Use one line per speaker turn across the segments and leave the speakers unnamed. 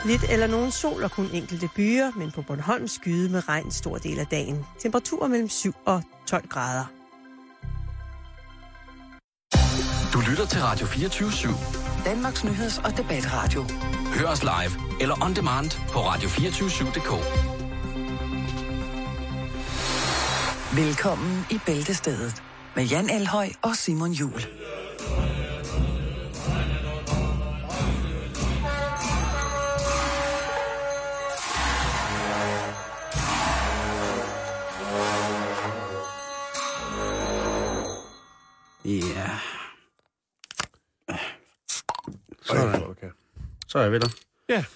Lidt eller nogen sol og kun enkelte byer, men på Bornholm skyde med regn stor del af dagen. Temperaturer mellem 7 og 12 grader.
Du lytter til Radio 24/7.
Danmarks nyheds- og debatradio.
Hør os live eller on demand på radio247.dk.
Velkommen i Bæltestedet med Jan Elhøj og Simon Juhl.
Ja. Sådan. Så er jeg ved dig.
Ja.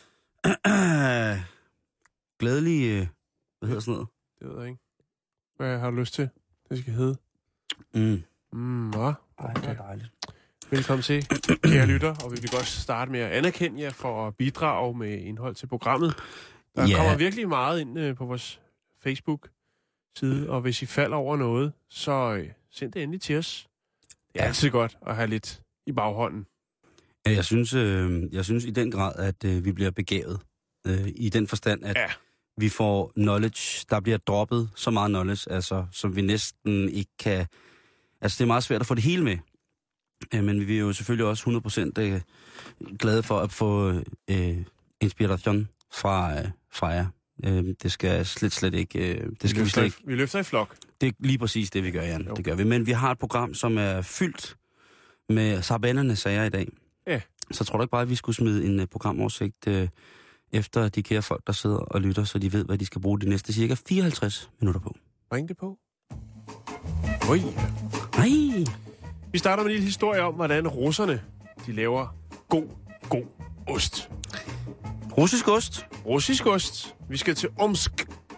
Glædelig, hvad hedder sådan noget?
Det ved jeg ikke. Hvad har du lyst til, det skal hedde? Hvad?
Ej, det er dejligt.
Velkommen til, kære lytter, og vi vil godt starte med at anerkende jer for at bidrage med indhold til programmet. Der kommer virkelig meget ind på vores Facebook-side, og hvis I falder over noget, så send det endelig til os. Det er altid godt at have lidt i baghånden.
Ja, jeg synes i den grad, at vi bliver begavet. I den forstand, at vi får knowledge, der bliver droppet så meget knowledge, altså, som vi næsten ikke kan... Altså, det er meget svært at få det hele med. Men vi er jo selvfølgelig også 100% glade for at få inspiration fra jer. Det skal slet ikke... det skal vi slet ikke...
Vi løfter i flok.
Det er lige præcis det, vi gør, Jan. Jo. Det gør vi. Men vi har et program, som er fyldt med sarbænderne sager i dag.
Ja.
Så tror du ikke bare, at vi skulle smide en programoversigt efter de kære folk, der sidder og lytter, så de ved, hvad de skal bruge de næste cirka 54 minutter på.
Ring det på. Oj.
Nej.
Vi starter med en lille historie om, hvordan russerne de laver god ost.
Russisk ost?
Russisk ost. Vi skal til Omsk.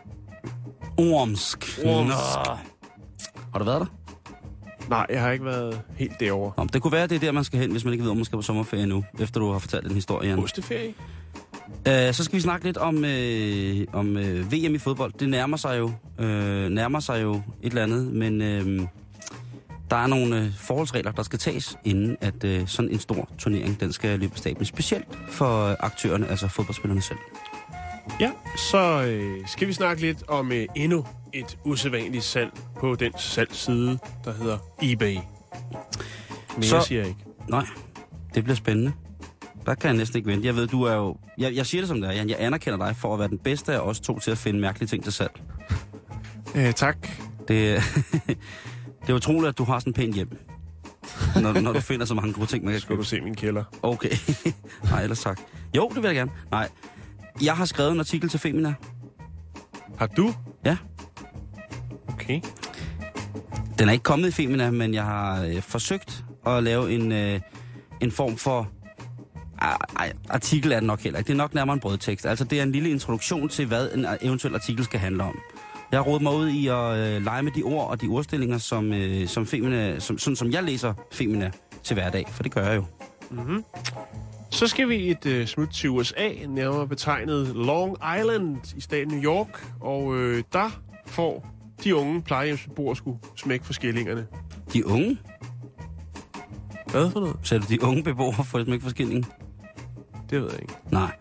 Omsk. Har du været der?
Nej, jeg har ikke været helt derovre.
Nå, det kunne være, det er der, man skal hen, hvis man ikke ved, om man skal på sommerferie nu, efter du har fortalt den historie, Jan.
Osteferie?
Så skal vi snakke lidt om VM i fodbold. Det nærmer sig jo et eller andet, men der er nogle forholdsregler, der skal tages, inden at sådan en stor turnering, den skal løbe af stablen. Specielt for aktørerne, altså fodboldspillerne selv.
Ja, så skal vi snakke lidt om endnu et usædvanligt salg på den salgsside, der hedder eBay. Mere siger jeg ikke.
Nej, det bliver spændende. Der kan jeg næsten ikke vente. Jeg ved, du er jo... Jeg siger det som det er, Jan. Jeg anerkender dig for at være den bedste af os to til at finde mærkelige ting til salg.
Tak.
Det er utroligt, at du har sådan en pæn hjem. Når du finder så mange gode ting, man kan
købe. Skal du se min kælder?
Okay. Nej, ellers tak. Jo, det vil jeg gerne. Nej. Jeg har skrevet en artikel til Femina.
Har du?
Ja.
Okay.
Den er ikke kommet i Femina, men jeg har forsøgt at lave en form for... artikel er det nok heller ikke. Det er nok nærmere en brødtekst. Altså, det er en lille introduktion til, hvad en eventuel artikel skal handle om. Jeg har rodet mig ud i at lege med de ord og de ordstillinger, som Femina, som jeg læser Femina til hverdag, for det gør jeg jo.
Mm-hmm. Så skal vi et smut til USA, nærmere betegnet Long Island i staten New York, og der får de unge plejehjemsbeboere sgu smæk for skillingerne.
De unge?
Hvad for noget?
Sagde du de unge beboere får smæk for skillingen?
Det ved jeg ikke.
Nej.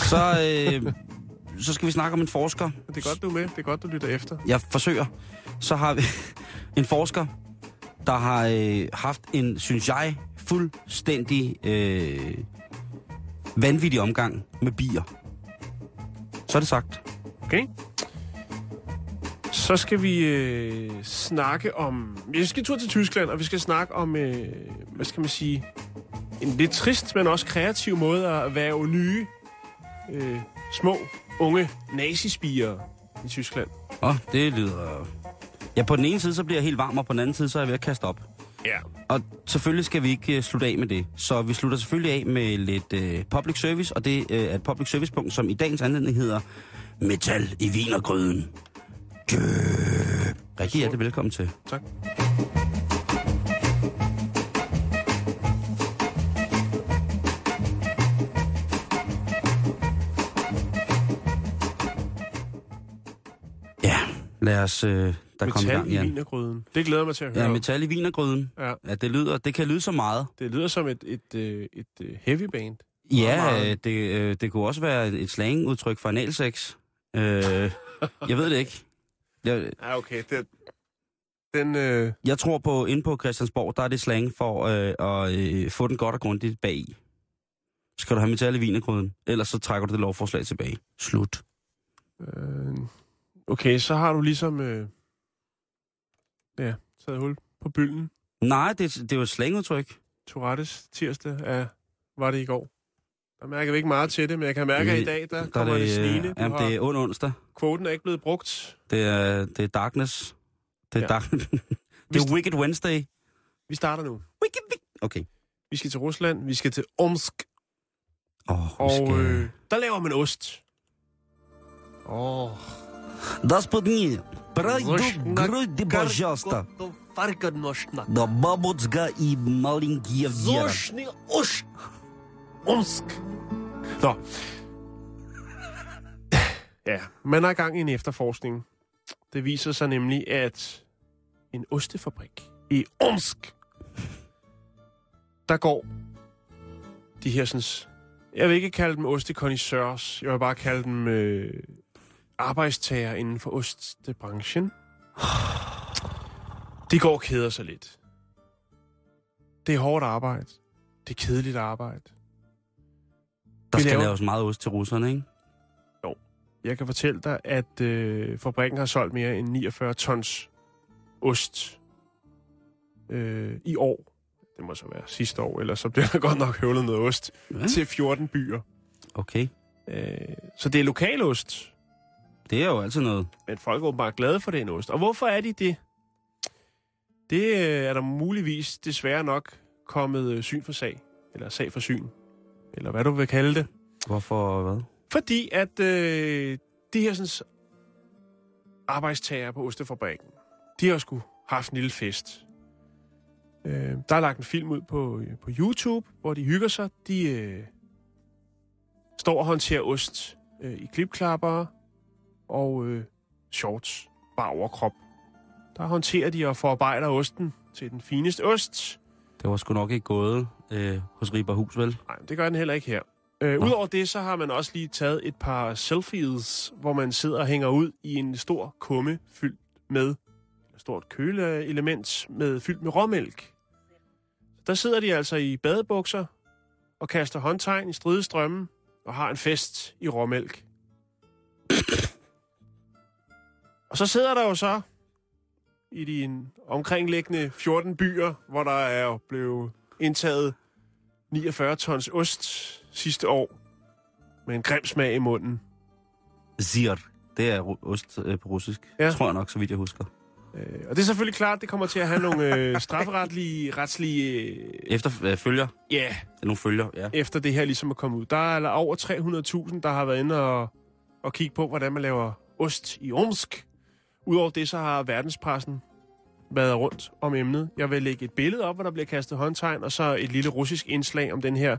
Så skal vi snakke om en forsker.
Det er godt, du er med. Det er godt, du lytter efter.
Jeg forsøger. Så har vi en forsker, der har haft en, synes jeg, fuldstændig vanvittig omgang med bier. Så er det sagt.
Okay. Så skal vi snakke om... Vi skal tur til Tyskland, og vi skal snakke om, hvad skal man sige, en lidt trist, men også kreativ måde at være nye, små, unge nazispirer i Tyskland.
Det lyder... Ja, på den ene side, så bliver jeg helt varm, og på den anden side, så er jeg ved at kaste op.
Ja.
Og selvfølgelig skal vi ikke slutte af med det. Så vi slutter selvfølgelig af med lidt public service, og det er et public service-punkt, som i dagens anledning hedder Metal i Wienergryden. Rigtig hjertelig velkommen til.
Tak.
Ja, lad os... der kommer i gang,
Metal i Wienergryden. Det glæder mig til at høre.
Ja, Metal i Wienergryden.
Ja.
Ja, det kan lyde så meget.
Det lyder som et heavy band.
Ja, det kunne også være et slangudtryk for analsex. Jeg ved det ikke.
Ja, okay.
Jeg tror på, inde på Christiansborg, der er det slang for at få den godt og grundigt bag i. Skal du have metal i wienergryden, ellers så trækker du det lovforslag tilbage. Slut.
Okay, så har du ligesom taget hul på bylden.
Nej, det er jo et slangudtryk.
Tourettes tirsdag var det i går. Der mærker vi ikke meget til det, men jeg kan mærke, at i dag, der kommer det snigende.
Jamen, det er onsdag.
Kvoten er ikke blevet brugt.
Det er darkness. Det er det er Wicked Wednesday.
Vi starter nu.
Okay.
Vi skal til Rusland. Vi skal til Omsk. Der laver man ost.
Господин, пройду пожалуйста. Да бабушка и маленькие
Зошни ost. Omsk. Nå. Ja, man er i gang i en efterforskning. Det viser sig nemlig, at en ostefabrik i Omsk, der går de her sådan... Jeg vil ikke kalde dem ostekondisseurs. Jeg vil bare kalde dem arbejdstager inden for ostebranchen. De går og keder sig lidt. Det er hårdt arbejde. Det er kedeligt arbejde.
Der skal laves meget ost til russerne, ikke?
Jo. Jeg kan fortælle dig, at fabrikken har solgt mere end 49 tons ost i år. Det må så være sidste år, ellers så bliver der godt nok høvlet noget ost til 14 byer.
Okay.
Så det er lokalost.
Det er jo altid noget.
Men folk er åbenbart glade for den ost. Og hvorfor er de det? Det er der muligvis desværre nok kommet syn for sag. Eller sag for syn. Eller hvad du vil kalde det.
Hvorfor hvad?
Fordi at de her sådan, arbejdstager på ostefabrikken, de har sgu haft en lille fest. Der er lagt en film ud på YouTube, hvor de hygger sig. De står og håndterer ost i klipklapper og shorts, bare overkrop. Der håndterer de og forarbejder osten til den fineste ost.
Det var sgu nok ikke gået hos Riberhus, vel?
Nej, det gør den heller ikke her. Udover det, så har man også lige taget et par selfies, hvor man sidder og hænger ud i en stor kumme fyldt med et stort køleelement fyldt med råmælk. Der sidder de altså i badebukser og kaster håndtegn i stridestrømmen og har en fest i råmælk. Og så sidder der jo så i de omkringliggende 14 byer, hvor der er blevet indtaget 49 tons ost sidste år med en grim smag i munden.
Zir. Det er ost på russisk. Ja. Tror jeg nok, så vidt jeg husker.
Og det er selvfølgelig klart, det kommer til at have nogle strafferetlige...
Følger?
Ja. Yeah.
Nogle følger, ja.
Efter det her ligesom er kommet ud. Der er over 300.000, der har været inde og kigge på, hvordan man laver ost i Omsk. Udover det, så har verdenspressen været rundt om emnet. Jeg vil lægge et billede op, hvor der bliver kastet håndtegn, og så et lille russisk indslag om den her...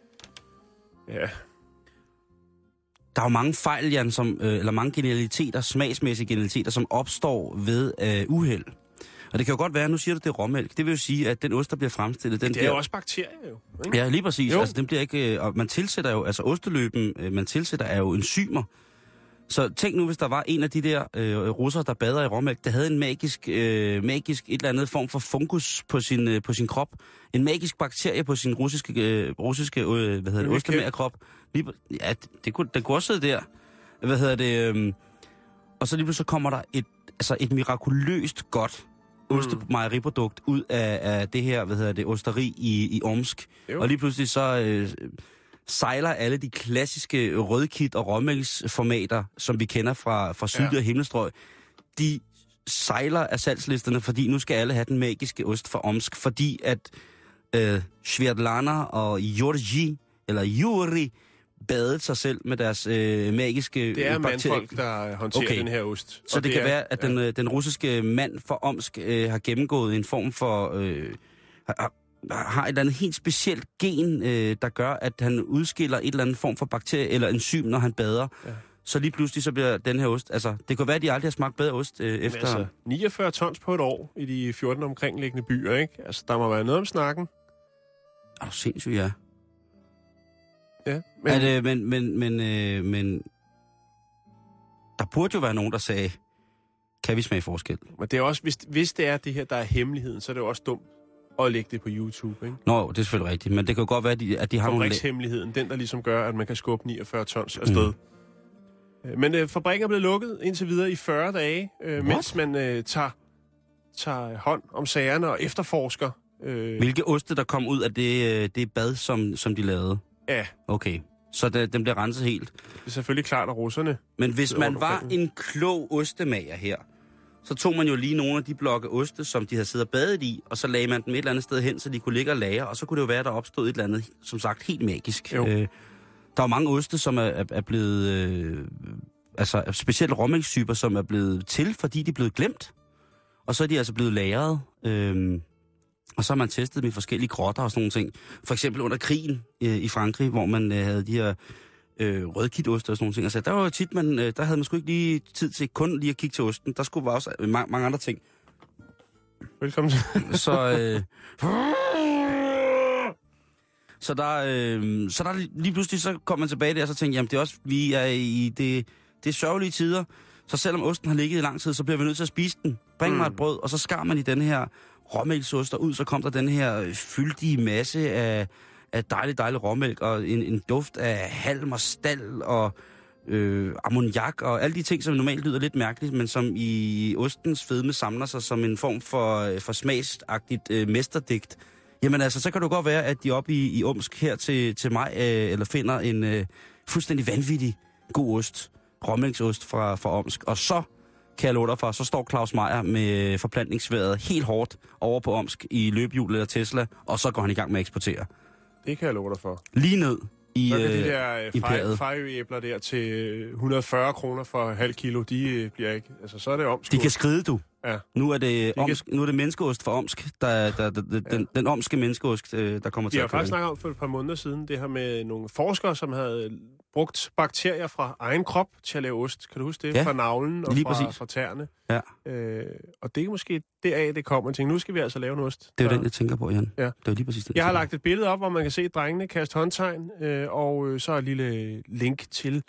Ja...
Der er jo mange fejl, Jan, eller mange genialiteter, smagsmæssige genialiteter, som opstår ved uheld. Og det kan jo godt være, nu siger du, det er råmælk. Det vil jo sige, at den ost, der bliver fremstillet...
Det er jo også bakterier, jo. Ikke?
Ja, lige præcis. Jo. Altså, den bliver ikke... Og man tilsætter jo... Altså, osteløben, man tilsætter, er jo enzymer. Så tænk nu, hvis der var en af de der russere, der bader i råmælk, der havde en magisk et eller andet form for fungus på sin krop. En magisk bakterie på sin russiske ostemagerkrop. Ja, den kunne også sidde der. Og så lige pludselig kommer der et mirakuløst godt ostemejeriprodukt ud af det her, osteri i Omsk. Jo. Og lige pludselig så... sejler alle de klassiske rødkit- og råmælksformater, som vi kender fra syd- og himmelstrøg, de sejler af salgslisterne, fordi nu skal alle have den magiske ost fra Omsk, fordi at Svetlana og Yuri badede sig selv med deres magiske
det er mandfolk, der håndterer den her ost.
Så det kan være, at den russiske mand fra Omsk har gennemgået en form for... har et eller andet helt specielt gen, der gør, at han udskiller et eller andet form for bakterie eller enzym, når han bader. Ja. Så lige pludselig så bliver den her ost... Altså, det kan være, at de aldrig har smagt bedre ost efter... Altså,
49 tons på et år i de 14 omkringliggende byer, ikke? Altså, der må være noget om snakken.
Sindssygt, ja.
Ja,
men der burde jo være nogen, der sagde, kan vi smage forskel?
Men det er også, hvis det er det her, der er hemmeligheden, så er det jo også dumt at lægge det på YouTube, ikke?
Nå, det er selvfølgelig rigtigt, men det kan jo godt være, at de har nogle...
Fabrikshemmeligheden, den der ligesom gør, at man kan skubbe 49 tons afsted. Men fabrikken er blevet lukket indtil videre i 40 dage, mens man tager hånd om sagerne og efterforsker.
Hvilke oste, der kom ud af det bad, som de lavede?
Ja.
Okay, så den bliver renset helt.
Det er selvfølgelig klart, at russerne...
Men hvis man var en klog ostemager her, så tog man jo lige nogle af de blokke oste, som de havde siddet og badet i, og så lagde man dem et eller andet sted hen, så de kunne ligge og lagre, og så kunne det jo være, der opstod et eller andet, som sagt, helt magisk. Der er mange oste, som er blevet... altså specielt råmælkstyper, som er blevet til, fordi de er blevet glemt. Og så er de altså blevet lagret. Og så har man testet dem i forskellige grotter og sådan nogle ting. For eksempel under krigen i Frankrig, hvor man havde de her rødkitoste og sådan nogle ting. Altså, der var jo tit, der havde man sgu ikke lige tid til kun lige at kigge til osten. Der skulle bare også mange andre ting.
Velkommen til.
Så der lige pludselig, så kom man tilbage der, og så tænkte jamen det er også, vi er i det er sørgelige tider. Så selvom osten har ligget i lang tid, så bliver vi nødt til at spise den. Bring mig et brød, og så skar man i den her råmælksost, og ud så kom der den her fyldige masse af dejlig råmælk, og en duft af halm og stald, og ammoniak, og alle de ting, som normalt lyder lidt mærkeligt, men som i ostens fedme samler sig som en form for smagsagtigt mesterdigt. Jamen altså, så kan det godt være, at de oppe i Omsk her til mig, eller finder en fuldstændig vanvittig god ost, råmælksost fra Omsk, og så kan jeg love dig for, så står Claus Meyer med forplantningssværet helt hårdt over på Omsk i løbehjul eller Tesla, og så går han i gang med at eksportere.
Det kan jeg love dig for.
Lige ned i
så kan de der fejøæbler der til 140 kroner for halv kilo, de bliver ikke... Altså, så er det Omsk.
De kan skride, du.
Ja.
Nu er det menneskeost fra Omsk, den omske menneskeost, der kommer til at køre.
Jeg har faktisk snakket om for et par måneder siden, det her med nogle forskere, som havde brugt bakterier fra egen krop til at lave ost. Kan du huske det? Ja, fra navlen og fra tæerne. Ja. Og det er måske deraf, det kommer. Jeg tænker, nu skal vi altså lave en ost.
Det er jo den, jeg tænker på, Jan. Ja. Det er lige præcis det.
Jeg har lagt et billede op, hvor man kan se drengene kaste håndtegn, og så et lille link til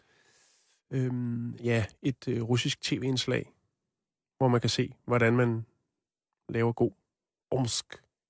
et russisk tv-indslag, hvor man kan se, hvordan man laver god omsk.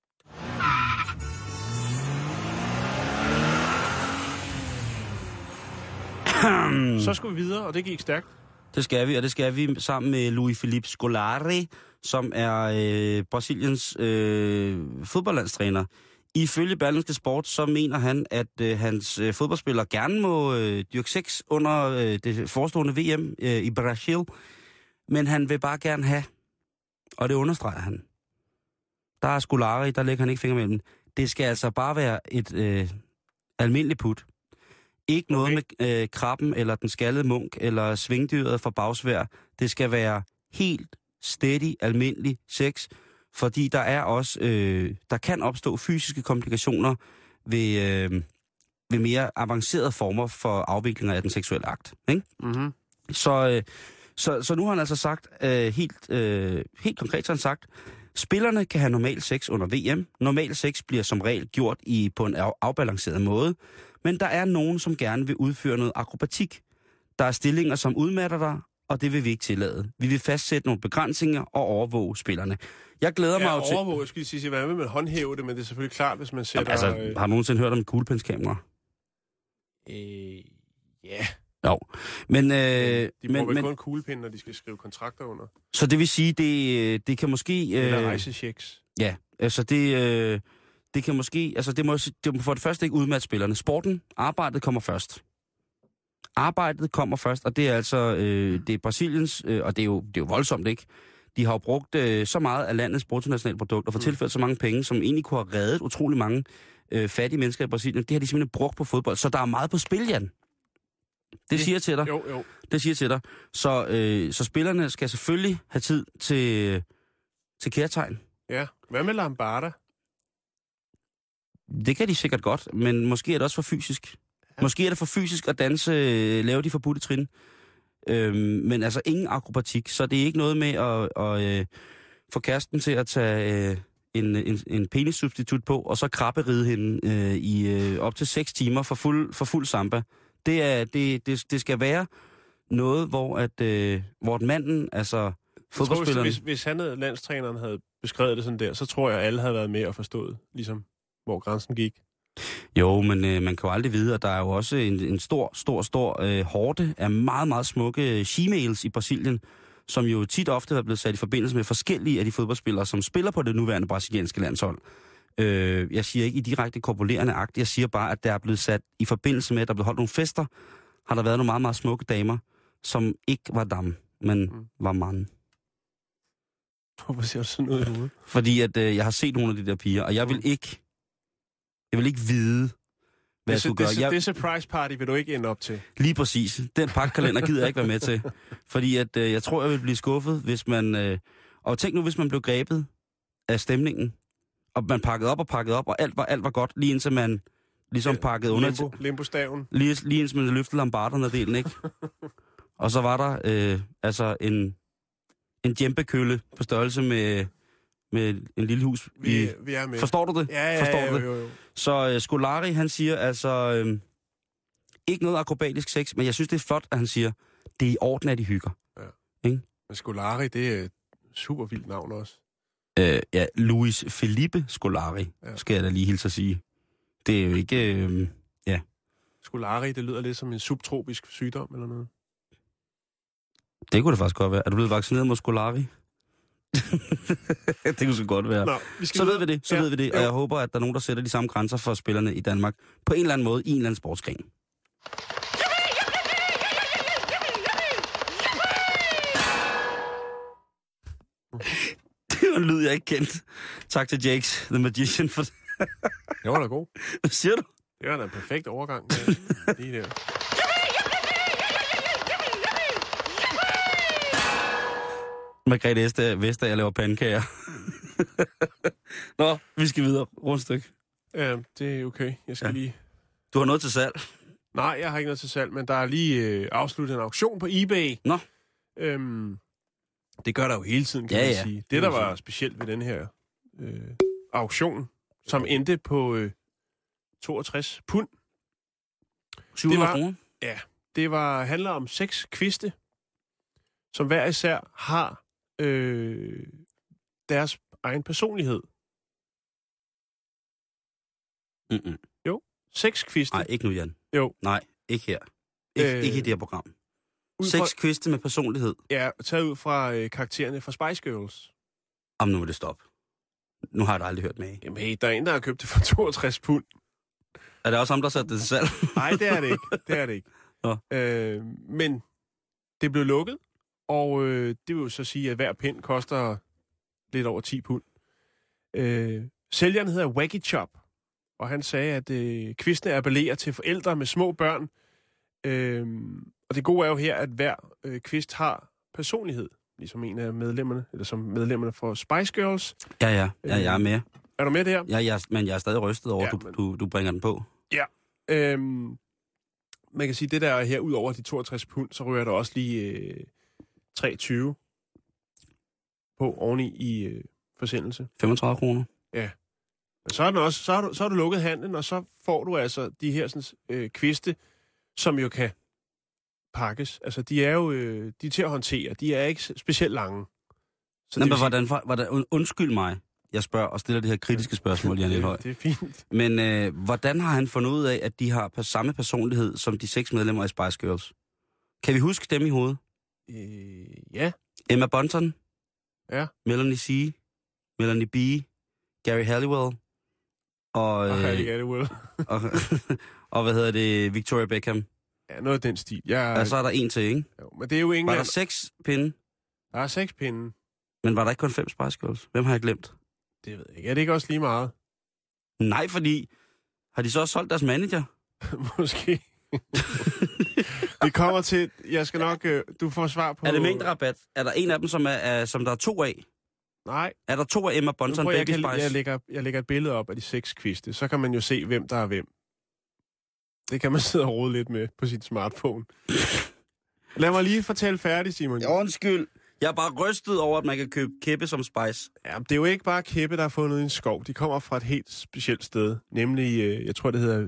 Så skal vi videre, og det gik stærkt.
Det skal vi, og det skal vi sammen med Luis Felipe Scolari, som er Brasiliens fodboldlandstræner. Ifølge Berlingske Sport, så mener han, at hans fodboldspillere gerne må dyrke sex under det forestående VM i Brasil, men han vil bare gerne have, og det understreger han. Der er Scolari, der lægger han ikke finger mellem. Det skal altså bare være et almindeligt put. Ikke noget med krabben, eller den skaldede munk, eller svingdyret fra bagsvær. Det skal være helt steady, almindelig sex, fordi der er også, der kan opstå fysiske komplikationer ved mere avancerede former for afviklinger af den seksuelle akt. Ikke? Mm-hmm. Så nu har han altså sagt, helt konkret har han sagt, spillerne kan have normal sex under VM. Normal sex bliver som regel gjort på en afbalanceret måde, men der er nogen, som gerne vil udføre noget akrobatik. Der er stillinger, som udmatter dig, og det vil vi ikke tillade. Vi vil fastsætte nogle begrænsninger og overvåge spillerne. Jeg glæder mig til...
overvåge, jeg skulle sige, hvad med man håndhæve det, men det er selvfølgelig klart, hvis man sætter...
Altså, har du nogensinde hørt om kuglepenskamera?
Ja.
Jo, men...
de bruger vel kun kuglepind, når de skal skrive kontrakter under.
Så det vil sige, det kan måske...
Eller rejsechecks.
Ja, altså det kan måske... Altså det må for det første ikke udmatte spillerne. Sporten, arbejdet kommer først. Arbejdet kommer først, og det er altså... det er Brasiliens, og det er jo voldsomt, ikke? De har jo brugt så meget af landets bruttonationalprodukt og fået tilført så mange penge, som egentlig kunne have reddet utrolig mange fattige mennesker i Brasilien. Det har de simpelthen brugt på fodbold, så der er meget på spil, Jan. Det siger jeg til dig.
Jo.
Det siger jeg til dig. Så spillerne skal selvfølgelig have tid til kærtegn.
Ja. Hvad med Lambada?
Det kan de sikkert godt, men måske er det også for fysisk. Ja. Måske er det for fysisk at danse, lave de forbudte trin. Men altså ingen akrobatik, så det er ikke noget med at få kæresten til at tage en penissubstitut på, og så krabberide hende i op til 6 timer for fuld samba. Det skal være noget, hvor manden, altså fodboldspilleren...
Hvis landstræneren havde beskrevet det sådan der, så tror jeg, at alle havde været med og forstået, ligesom hvor grænsen gik.
Jo, men man kan jo aldrig vide, at der er jo også en stor horde af meget, meget smukke she-males i Brasilien, som jo tit og ofte er blevet sat i forbindelse med forskellige af de fodboldspillere, som spiller på det nuværende brasilianske landshold. Jeg siger ikke i direkte korpulerende akt, jeg siger bare, at der er blevet sat i forbindelse med, at der er blevet holdt nogle fester, har der været nogle meget, meget smukke damer, som ikke var dam, men var mand.
Hvorfor ser du sådan noget i hovedet?
Fordi at jeg har set nogle af de der piger, og jeg vil ikke vide, hvad jeg skulle gøre.
Det surprise party vil du ikke ende op til.
Lige præcis. Den pakkalender gider jeg ikke være med til. Fordi at jeg tror, jeg vil blive skuffet, hvis man... og tænk nu, hvis man blev grebet af stemningen, og man pakkede op, og alt var godt, lige indtil man ligesom pakkede under...
Limbo-staven.
Lige indtil man løftede lombarderne-delen, ikke? Og så var der en djempekølle på størrelse med en lille hus.
Vi er med.
Forstår du det?
Ja, jo.
Så Scolari, han siger altså, ikke noget akrobatisk sex, men jeg synes, det er flot, at han siger, det er i orden, at de hygger. Ja. Ikke?
Men Scolari, det er et super vildt navn også.
Ja, Luis Felipe Scolari, skal jeg da lige hilse at sige. Det er jo ikke, ja.
Scolari, det lyder lidt som en subtropisk sygdom eller noget.
Det kunne det faktisk godt være. Er du blevet vaccineret mod Scolari? Det kunne så godt være.
Nå,
så ved vi det, og jeg håber, at der er nogen, der sætter de samme grænser for spillerne i Danmark på en eller anden måde i en eller anden sportsgren. Det var en lyd, jeg ikke kendte. Tak til Jakes, The Magician, for det.
Det var da god.
Hvad siger du?
Det var da en perfekt overgang. Lige der.
Margrethe Vestager laver pandekager. Nå, vi skal videre. Rundstykke.
Ja, det er okay. Jeg skal lige...
Du har noget til salg?
Nej, jeg har ikke noget til salg, men der er lige afsluttet en auktion på eBay.
Nå.
Det gør der jo hele tiden, kan man sige. Det, der var specielt ved den her auktion, som endte på 62 pund.
700 kroner?
Ja, det handler om 6 kviste, som hver især har deres egen personlighed.
Mm-mm.
Jo, 6 kviste.
Nej, ikke nu, Jan.
Jo.
Nej, ikke her. Ikke i det her program. 6 kviste med personlighed.
Ja, taget ud fra karaktererne fra Spice Girls.
Nu vil det stoppe. Nu har jeg da aldrig hørt med.
Jamen hey, der er en, der har købt det for 62 pund.
Er det også ham, der satte det til salg?
Nej, det er det ikke. Det er det ikke. Men det blev lukket, og det vil jo så sige, at hver pind koster lidt over 10 pund. Sælgeren hedder Waggy Chop, og han sagde, at kvistene appellerer til forældre med små børn. Og det gode er jo her, at hver kvist har personlighed, ligesom en af medlemmerne, eller som medlemmerne for Spice Girls.
Ja, jeg er med.
Er du med der?
Ja, men jeg er stadig rystet over, du bringer den på.
Ja. Man kan sige, det der er her, ud over de 62 pund, så rører der også lige 23 på oveni i forsendelse.
35 kroner.
Ja. Men så er den også, så har du lukket handlen, og så får du altså de her sådan, kviste, som jo kan pakkes. Altså, de er jo de er til at håndtere. De er ikke specielt lange. Så
men hvordan, undskyld mig, jeg spørger og stiller det her kritiske spørgsmål, Jan Elhøj.
Det er fint.
Men hvordan har han fundet ud af, at de har samme personlighed som de 6 medlemmer af Spice Girls? Kan vi huske dem i hovedet?
Ja.
Emma Bunton?
Ja.
Melanie C? Melanie B? Gary Halliwell? Og hvad hedder det? Victoria Beckham?
Ja, noget af den stil.
Og så er der en til, ikke?
Jo, men det er jo ingen...
Var der 6 pinde?
Der er 6 pinde.
Men var der ikke kun 5 Spice Girls? Hvem har jeg glemt?
Det ved jeg ikke. Er det ikke også lige meget?
Nej, fordi... Har de så også solgt deres manager?
Måske. Det kommer til... Jeg skal nok... Du får svar på...
Er det mængderabat? Er der en af dem, som der er 2 af?
Nej.
Er der 2 af Emma Bunton Baby Spice?
Jeg lægger et billede op af de 6 kviste. Så kan man jo se, hvem der er hvem. Det kan man sidde og rode lidt med på sin smartphone. Lad mig lige fortælle færdig, Simon.
Ja, undskyld. Jeg er bare rystet over, at man kan købe kæppe som spice.
Ja, det er jo ikke bare kæppe, der er fundet i en skov. De kommer fra et helt specielt sted. Nemlig, jeg tror, det hedder...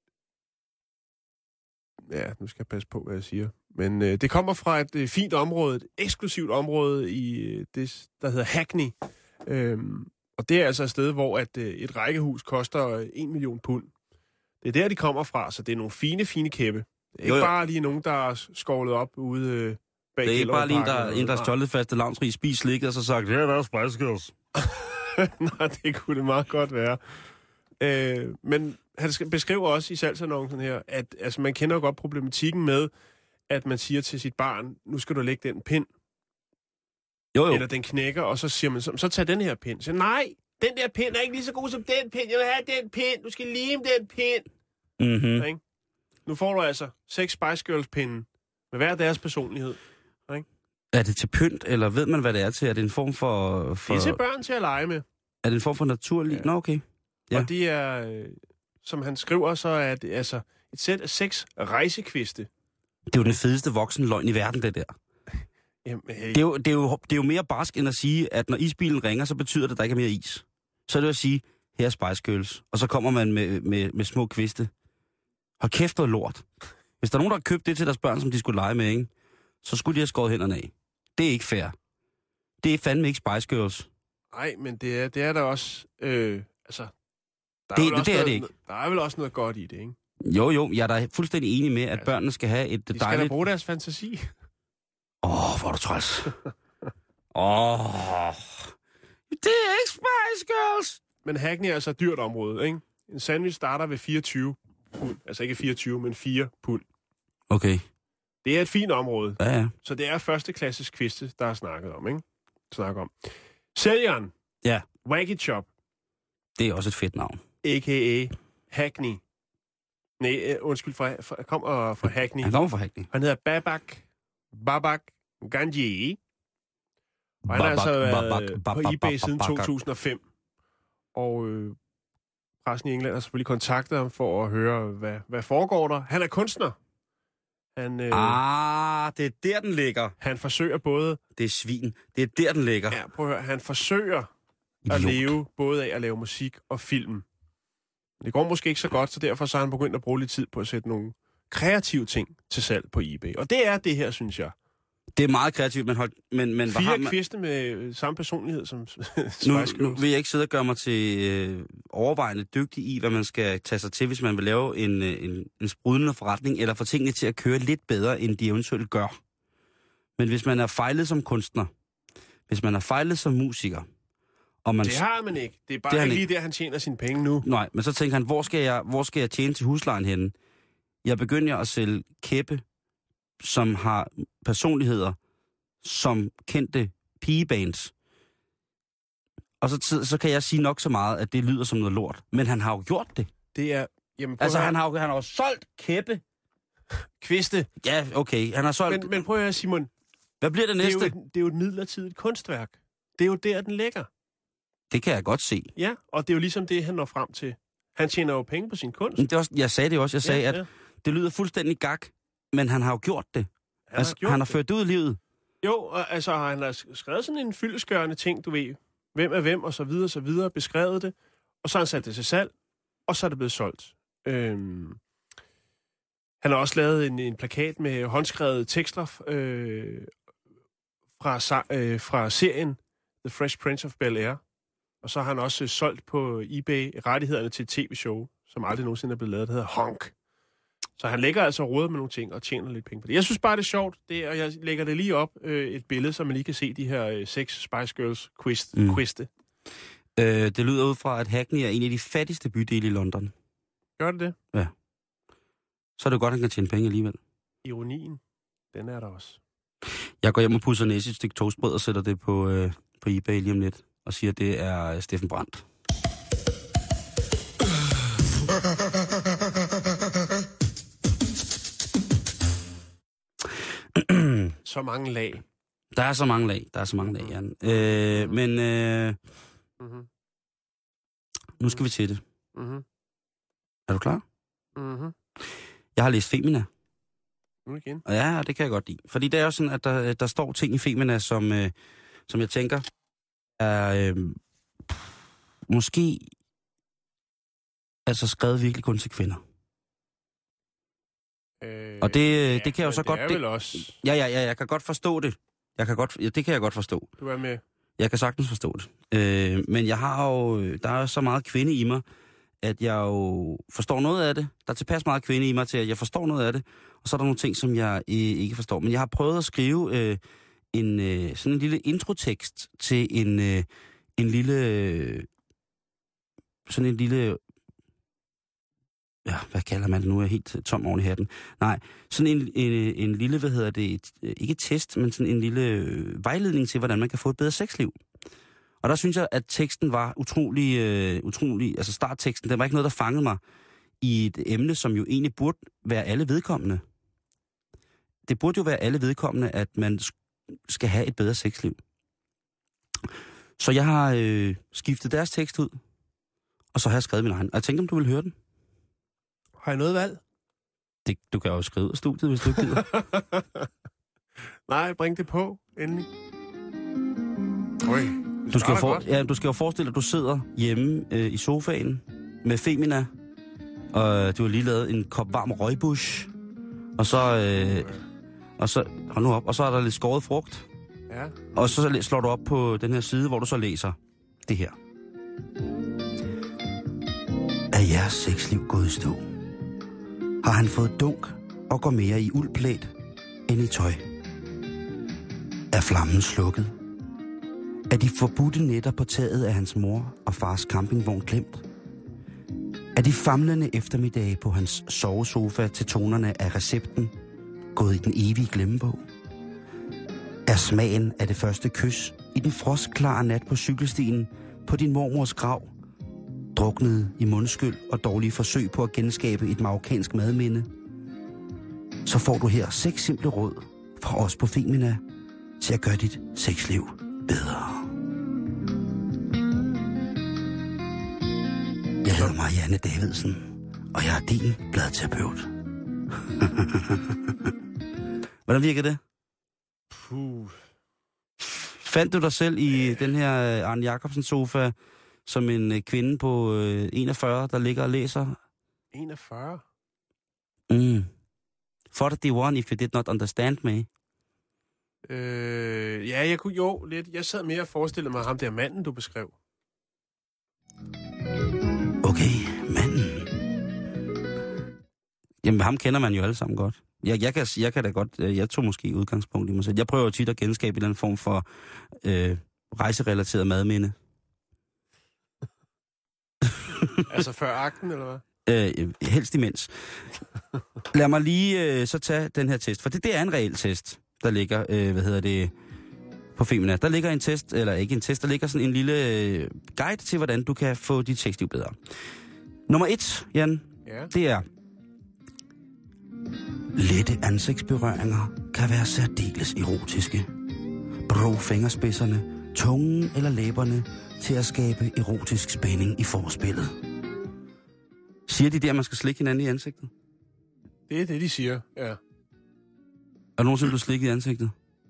Ja, nu skal jeg passe på, hvad jeg siger. Men det kommer fra et fint område, et eksklusivt område i det, der hedder Hackney. Og det er altså et sted, hvor et rækkehus koster 1 million pund. Det er der, de kommer fra, så det er nogle fine kæppe. Det er ikke bare lige nogen, der er skovlet op ude bag.
Det er ikke bare lige en, der har stjålet faste lavnsrig, spist slikket, og så sagt, det er der Spice Girls.
Nej, det kunne det meget godt være. Men han beskriver også i salgsannoncen her, at altså, man kender jo godt problematikken med, at man siger til sit barn, nu skal du lægge den pind.
Jo.
Eller den knækker, og så siger man, så tag den her pind. Så nej, den der pind er ikke lige så god som den pind. Jeg vil have den pind. Du skal lime den pind.
Mm-hmm.
Ja, nu får du altså 6 Spice Girls-pinde med hver deres personlighed. Ja,
er det til pynt, eller ved man, hvad det er til? Er det en form for...
Det er til børn til at lege med.
Er det en form for naturlig? Ja. Nå, okay.
Ja. Og det er, som han skriver, så er det altså et sæt af 6 rejsekviste.
Det er jo den fedeste voksenløgn i verden, det der.
Jamen,
det er jo mere barsk end at sige, at når isbilen ringer, så betyder det, at der ikke er mere is. Så er det at sige, her er Spice Girls, og så kommer man med små kviste. Hold kæft noget lort. Hvis der er nogen, der har købt det til deres børn, som de skulle lege med, ikke, så skulle de have skåret hænderne af. Det er ikke fair. Det er fandme ikke Spice Girls.
Nej, men det er der også... altså, der
er det ikke.
Der er vel også noget godt i det, ikke?
Jo, jeg er da fuldstændig enig med, at børnene skal have et dejligt...
De skal da bruge deres fantasi.
Hvor er du træls. Det er ikke Spice Girls.
Men Hackney er altså et dyrt område, ikke? En sandwich starter ved 24 pund. Altså ikke 24, men 4 pund.
Okay.
Det er et fint område.
Ja.
Så det er førsteklasses kviste, der er snakket om, ikke? Sælgeren.
Ja.
Wacky Chop.
Det er også et fedt navn.
A.k.a. Hackney. Nej, undskyld, kommer fra Hackney.
Han kommer fra Hackney.
Han hedder Babak Ganji. Og han har altså været på eBay siden 2005. Og pressen i England har selvfølgelig kontaktet ham for at høre, hvad foregår der. Han er kunstner.
Det er der, den ligger.
Han forsøger både...
Det er svin. Det er der, den ligger.
Ja, prøv at høre. Han forsøger at leve både af at lave musik og film. Det går måske ikke så godt, så derfor så har han begyndt at bruge lidt tid på at sætte nogle kreative ting til salg på eBay. Og det er det her, synes jeg.
Det er meget kreativt, men
4 kviste med samme personlighed som
nu vil jeg ikke sidde og gøre mig til overvejende dygtig i, hvad man skal tage sig til, hvis man vil lave en sprudlende forretning, eller få tingene til at køre lidt bedre, end de eventuelt gør. Men hvis man er fejlet som kunstner, hvis man er fejlet som musiker, og man...
Det har man ikke. Det er bare ikke lige der, han tjener sine penge nu.
Nej, men så tænker han, hvor skal jeg tjene til huslejen henne? Jeg begynder at sælge kæppe, som har personligheder som kendte pigebands. Og så kan jeg sige nok så meget, at det lyder som noget lort. Men han har jo gjort det.
Det er... Jamen,
altså, han har jo solgt kæppe.
Kviste.
Ja, okay. Han har solgt...
Men prøv at høre, Simon.
Hvad bliver det næste?
Det er jo et midlertidigt kunstværk. Det er jo der, den ligger.
Det kan jeg godt se.
Ja, og det er jo ligesom det, han når frem til. Han tjener jo penge på sin kunst.
Det også, jeg sagde det også. Jeg sagde, at det lyder fuldstændig gak, men han har jo gjort det. Han har ført det ud i livet.
Jo, altså han har skrevet sådan en fyldestgørende ting, du ved. Hvem er hvem, og så videre, beskrevet det. Og så har han sat det til salg, og så er det blevet solgt. Han har også lavet en plakat med håndskrevede tekster fra serien The Fresh Prince of Bel-Air. Og så har han også solgt på eBay rettighederne til et tv-show, som aldrig nogensinde er blevet lavet, der hedder Honk. Så han lægger altså rådet med nogle ting og tjener lidt penge på det. Jeg synes bare, det er sjovt, og jeg lægger det lige op, et billede, så man lige kan se de her 6 Spice Girls quiste.
Det lyder ud fra, at Hackney er en af de fattigste bydele i London.
Gør det det?
Ja. Så er det godt, at han kan tjene penge alligevel.
Ironien, den er der også.
Jeg går hjem og pusser næse i et stykke toastbrød og sætter det på eBay lige om lidt, og siger, at det er Steffen Brandt.
Så mange lag.
Der er så mange lag, Jan. Nu skal vi til det.
Mm-hmm.
Er du klar?
Mm-hmm.
Jeg har læst Femina.
Nu igen.
Ja, det kan jeg godt lide. Fordi det er jo sådan, at der står ting i Femina, som jeg tænker er måske altså skrevet virkelig kun til kvinder. Og det kan jeg jo så godt...
Det er vel også...
Ja, jeg kan godt forstå det. Det kan jeg godt forstå.
Du er med. Jeg
kan sagtens forstå det. Men jeg har jo... Der er så meget kvinde i mig, at jeg jo forstår noget af det. Der er tilpas meget kvinde i mig til, at jeg forstår noget af det. Og så er der nogle ting, som jeg ikke forstår. Men jeg har prøvet at skrive sådan en lille introtekst til en lille... Sådan en lille... Ja, hvad kalder man det nu? Jeg er helt tom oven i hatten. Nej, sådan en lille, hvad hedder det, ikke test, men sådan en lille vejledning til, hvordan man kan få et bedre sexliv. Og der synes jeg, at teksten var utrolig, altså startteksten, den var ikke noget, der fangede mig i et emne, som jo egentlig burde være alle vedkommende. Det burde jo være alle vedkommende, at man skal have et bedre sexliv. Så jeg har skiftet deres tekst ud, og så har jeg skrevet min egen. Og jeg tænkte, om du vil høre den.
Har jeg noget valg?
Du kan jo skrive ud af studiet, hvis du ikke gider.
Nej, bring det på, endelig.
Du skal jo forestille dig, at du sidder hjemme i sofaen med Femina, og du har lige lavet en kop varm røgbush, og så hold nu op, og så er der lidt skåret frugt.
Ja.
Og så slår du op på den her side, hvor du så læser det her. Er jeres sexliv gået i stå? Har han fået dunk og går mere i uldplæt end i tøj? Er flammen slukket? Er de forbudte nætter på taget af hans mor og fars campingvogn glemt? Er de famlende eftermiddage på hans sovesofa til tonerne af recepten gået i den evige glemmebog? Er smagen af det første kys i den frostklare nat på cykelstien på din mormors grav druknede i mundskyld og dårlige forsøg på at genskabe et marokkansk madminde? Så får du her 6 simple råd fra os på Femina til at gøre dit sexliv bedre. Jeg hedder Marianne Davidsen, og jeg er din bladterapeut. Hvordan virker det?
Puh.
Fandt du dig selv i den her Arne Jacobsen-sofa som en kvinde på 41, der ligger og læser?
41?
Mm. 41 if you did not understand me.
Ja, jeg kunne jo lidt. Jeg sad mere og forestillede mig ham der manden, du beskrev.
Okay, manden. Jamen, ham kender man jo alle sammen godt. Jeg kan da godt, jeg tog måske udgangspunkt i mig selv. Jeg prøver tit at genskabe en eller anden form for rejserelateret madminde.
Altså før akten, eller hvad?
Helst imens. Lad mig lige så tage den her test, for det er en reel test, der ligger, på Femina. Der ligger en test, eller ikke en test, der ligger sådan en lille guide til, hvordan du kan få dit sexliv bedre. Nummer 1, Jan, det er: lette ansigtsberøringer kan være særdeles erotiske. Brug fingerspidserne, tungen eller læberne til at skabe erotisk spænding i forspillet. Siger de der, at man skal slikke hinanden i ansigtet?
Det er det, de siger, ja.
Er du nogensinde blevet slikket i ansigtet?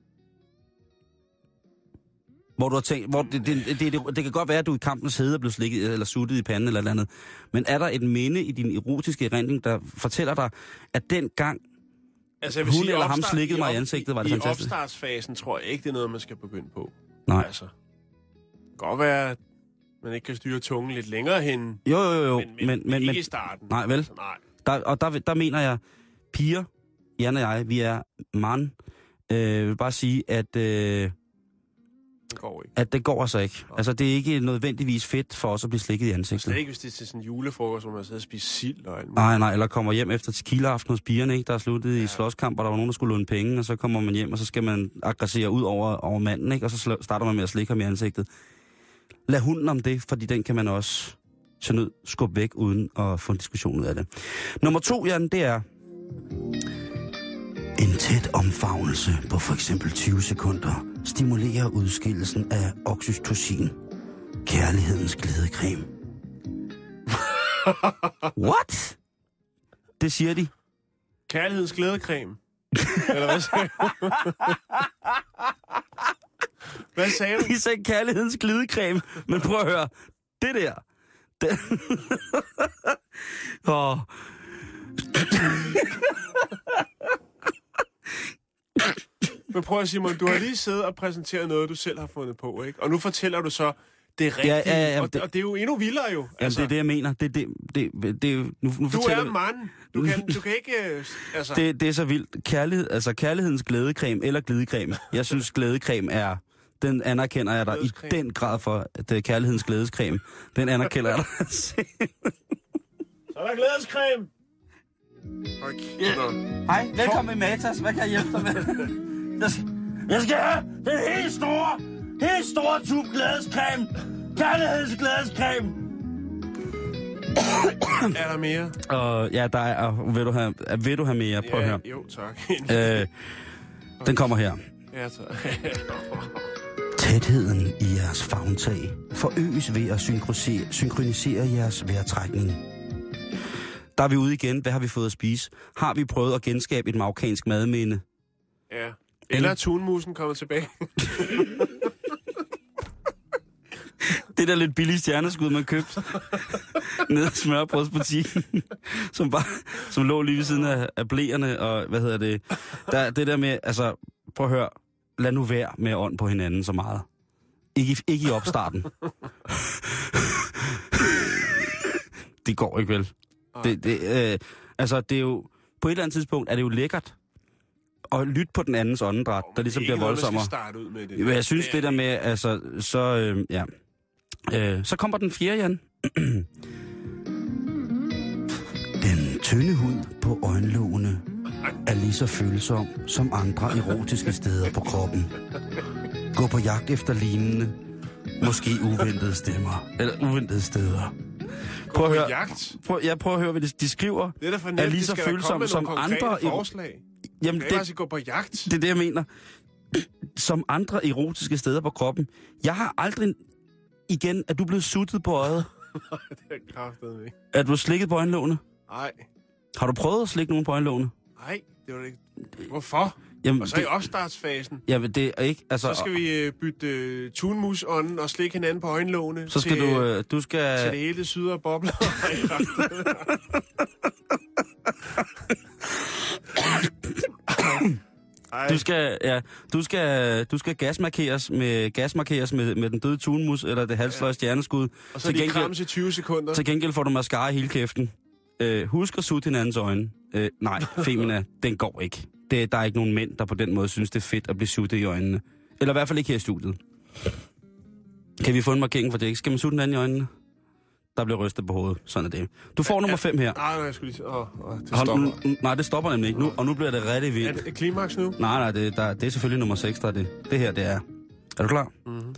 Hvor du har tænkt, det kan godt være, at du i kampens hede er blevet slikket eller suttet i panden eller andet. Men er der et minde i din erotiske erindring, der fortæller dig, at den gang hun eller ham slikkede mig i ansigtet, var det fantastisk?
I opstartsfasen tror jeg ikke, det er noget, man skal begynde på.
Nej.
Altså, det kan godt være, at man ikke kan styre tungen lidt længere hen.
Jo.
Men ikke i starten.
Nej, vel?
Altså, nej.
Der mener jeg, piger, Jan og jeg, vi er mand. Jeg vil bare sige, at
det går ikke.
At det går altså ikke. Altså, det er ikke nødvendigvis fedt for os at blive slikket i ansigtet.
Slet ikke, hvis det er til sådan en julefrokost, hvor man sidder og spiser sild og alt muligt.
Nej, eller kommer hjem efter tequila-aften hos pigerne, ikke? Der er sluttet i slåskamp, og der var nogen, der skulle låne penge, og så kommer man hjem, og så skal man aggressere ud over manden, ikke? Og så starter man med at slikke ham i ansigtet. Lad hunden om det, fordi den kan man også til nød skubbe væk, uden at få en diskussion ud af det. Nummer 2, Jan, det er en tæt omfavnelse på for eksempel 20 sekunder stimulerer udskillelsen af oxytocin, kærlighedens glidecreme. What? Det siger de.
Kærlighedens glidecreme? Eller hvad sagde du? Hvad sagde du?
I sagde kærlighedens glidecreme, men prøv at høre. Det der. Det... oh.
Men prøv at Simon, du har lige siddet og præsenteret noget, du selv har fundet på, ikke? Og nu fortæller du så det rigtige,
ja,
og det er jo endnu vildere jo.
Jamen,
altså.
det er det, jeg mener. Nu
du er en mand. Du kan ikke... Altså...
Det er så vildt. Kærlighedens glædecreme eller glidecreme. Jeg synes, glædecreme er... Den anerkender jeg dig i den grad for, at det er kærlighedens glædescreme. Den anerkender jeg dig.
Så er der glædescreme! Okay.
Hej, velkommen i Matas. Hvad kan jeg hjælpe dig med? Jeg skal have den helt store tube glædescreme. Kærlighedens glædescreme.
Er der mere?
Ja, der er. Vil du have mere? Prøv at høre.
Jo, tak.
Den kommer her.
Ja, tak.
Tætheden i jeres favntag forøges ved at synkronisere jeres vejrtrækning. Der er vi ude igen. Hvad har vi fået at spise? Har vi prøvet at genskabe et marokkansk madminde?
Ja. Eller er tunmusen kommet tilbage?
Det der lidt billige stjerneskud, man købte nede i smørbrødsbutikken, som lå lige ved siden af blæerne, og hvad hedder det? Det der med, altså, prøv at høre, lad nu være med at ånd på hinanden så meget. Ikke i opstarten. Det går ikke vel. Altså, det er jo, på et eller andet tidspunkt er det jo lækkert at lytte på den andens åndedræt, der ligesom bliver voldsommere.
Ud med det.
Jeg synes det der med, altså, så kommer den fjerde, Jan. Den tynde hud på øjenlågene er lige så følsom som andre erotiske steder på kroppen. Gå på jagt efter lignende, måske uventede stemmer, eller uventede steder. Prøv at høre. Prøv at høre, hvad de skriver.
Det er da for
er lige så følsom som andre
forslag.
Jamen,
det gå på jagt.
Det er det, jeg mener. Som andre erotiske steder på kroppen. Jeg har aldrig... Igen, er du blevet suttet på øjet?
Nej, det er kraftet ikke.
Er du slikket på øjenlågene?
Nej.
Har du prøvet at slikke nogen på øjenlågene?
Nej, det var det ikke. Hvorfor?
Jamen,
og så i opstartsfasen.
Jamen, det er ikke... Altså,
så skal vi bytte tunmusånden og slikke hinanden på øjenlågene.
Så skal du skal...
Til det hele syder og bobler.
Du skal gasmarkeres med den døde tunmus eller det halvsløje stjerneskud.
Og så de krams i 20 sekunder.
Til gengæld får du mascara i hele kæften. Husk at sutte hinandens øjne. Nej, Femina, den går ikke. Der er ikke nogen mænd, der på den måde synes, det er fedt at blive suttet i øjnene. Eller i hvert fald ikke her i studiet. Kan vi få en markering for det, ikke? Skal man sutte hinanden i øjnene? Der bliver rystet på hovedet. Sådan er det. Du får nummer 5 her.
Nej, jeg skulle lige... det stopper.
Nej, det stopper nemlig ikke nu. Og nu bliver det rigtig vildt.
Er det klimaks nu?
Nej, det er selvfølgelig nummer 6, der er det. Det her, det er... Er du klar?
Mm-hmm.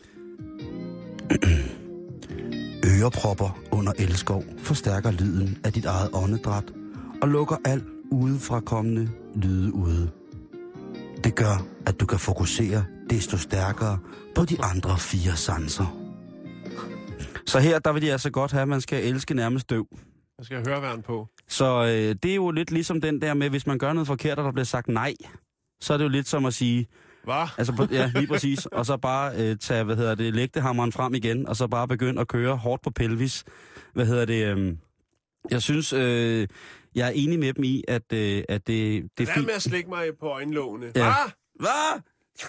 Ørepropper under elskov forstærker lyden af dit eget åndedræt og lukker alt udefrakommende lyde ude. Det gør, at du kan fokusere desto stærkere på de andre 4 sanser. Så her, der vil de altså godt have, at man skal elske nærmest døv.
Jeg skal høre væren på.
Så det er jo lidt ligesom den der med, hvis man gør noget forkert, og der bliver sagt nej, så er det jo lidt som at sige...
Hvad?
Altså, ja, lige præcis. Og så bare tage, lægtehammeren frem igen, og så bare begynde at køre hårdt på pelvis. Jeg synes, jeg er enig med dem i, at det er fint.
Hvad med at slikke mig på øjenlågene?
Ja. Hvad?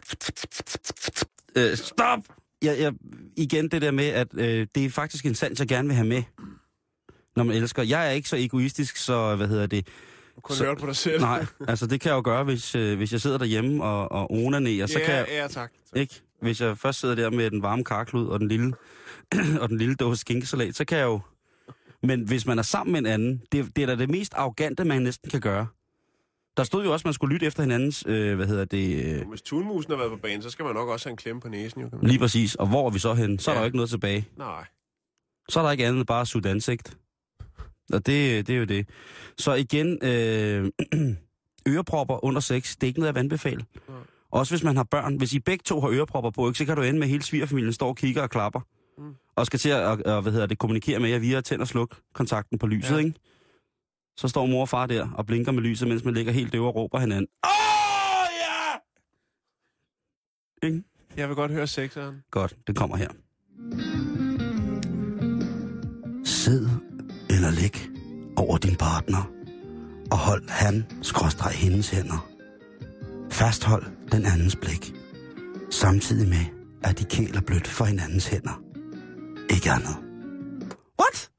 Stop! Igen det der med, at det er faktisk en sans, jeg gerne vil have med, når man elsker. Jeg er ikke så egoistisk, så
Du kunne høre på dig selv.
Nej, altså det kan jeg jo gøre, hvis jeg sidder derhjemme og onanerer. Så kan jeg,
ja, tak.
Ikke? Hvis jeg først sidder der med den varme karklud og den lille dåse skinkesalat, så kan jeg jo... Men hvis man er sammen med en anden, det er da det mest arrogante, man næsten kan gøre. Der stod jo også, at man skulle lytte efter hinandens,
Hvis tunmusen har været på banen, så skal man nok også have en klemme på næsen. Jo,
lige præcis. Og hvor er vi så hen? Så er der jo ikke noget tilbage.
Nej.
Så er der ikke andet end bare at sutte ansigt. Og det er jo det. Så igen, ørepropper under sex, det er ikke noget, jeg vil anbefale. Ja. Også hvis man har børn. Hvis I begge to har ørepropper på, så kan du ende med, at hele svigerfamilien står og kigger og klapper. Og skal til at kommunikere med jer via tænd og sluk kontakten på lyset, ikke? Så står mor og far der og blinker med lyset, mens man ligger helt døv og råber hinanden. Ikke?
Jeg vil godt høre sekseren.
Godt, det kommer her. Sid eller lig over din partner, og hold hendes hænder. Fasthold den andens blik, samtidig med, at de kæler blødt for hinandens hænder. Ikke andet. What?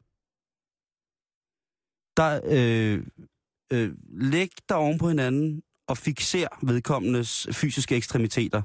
Læg dig oven på hinanden og fixer vedkommendes fysiske ekstremiteter.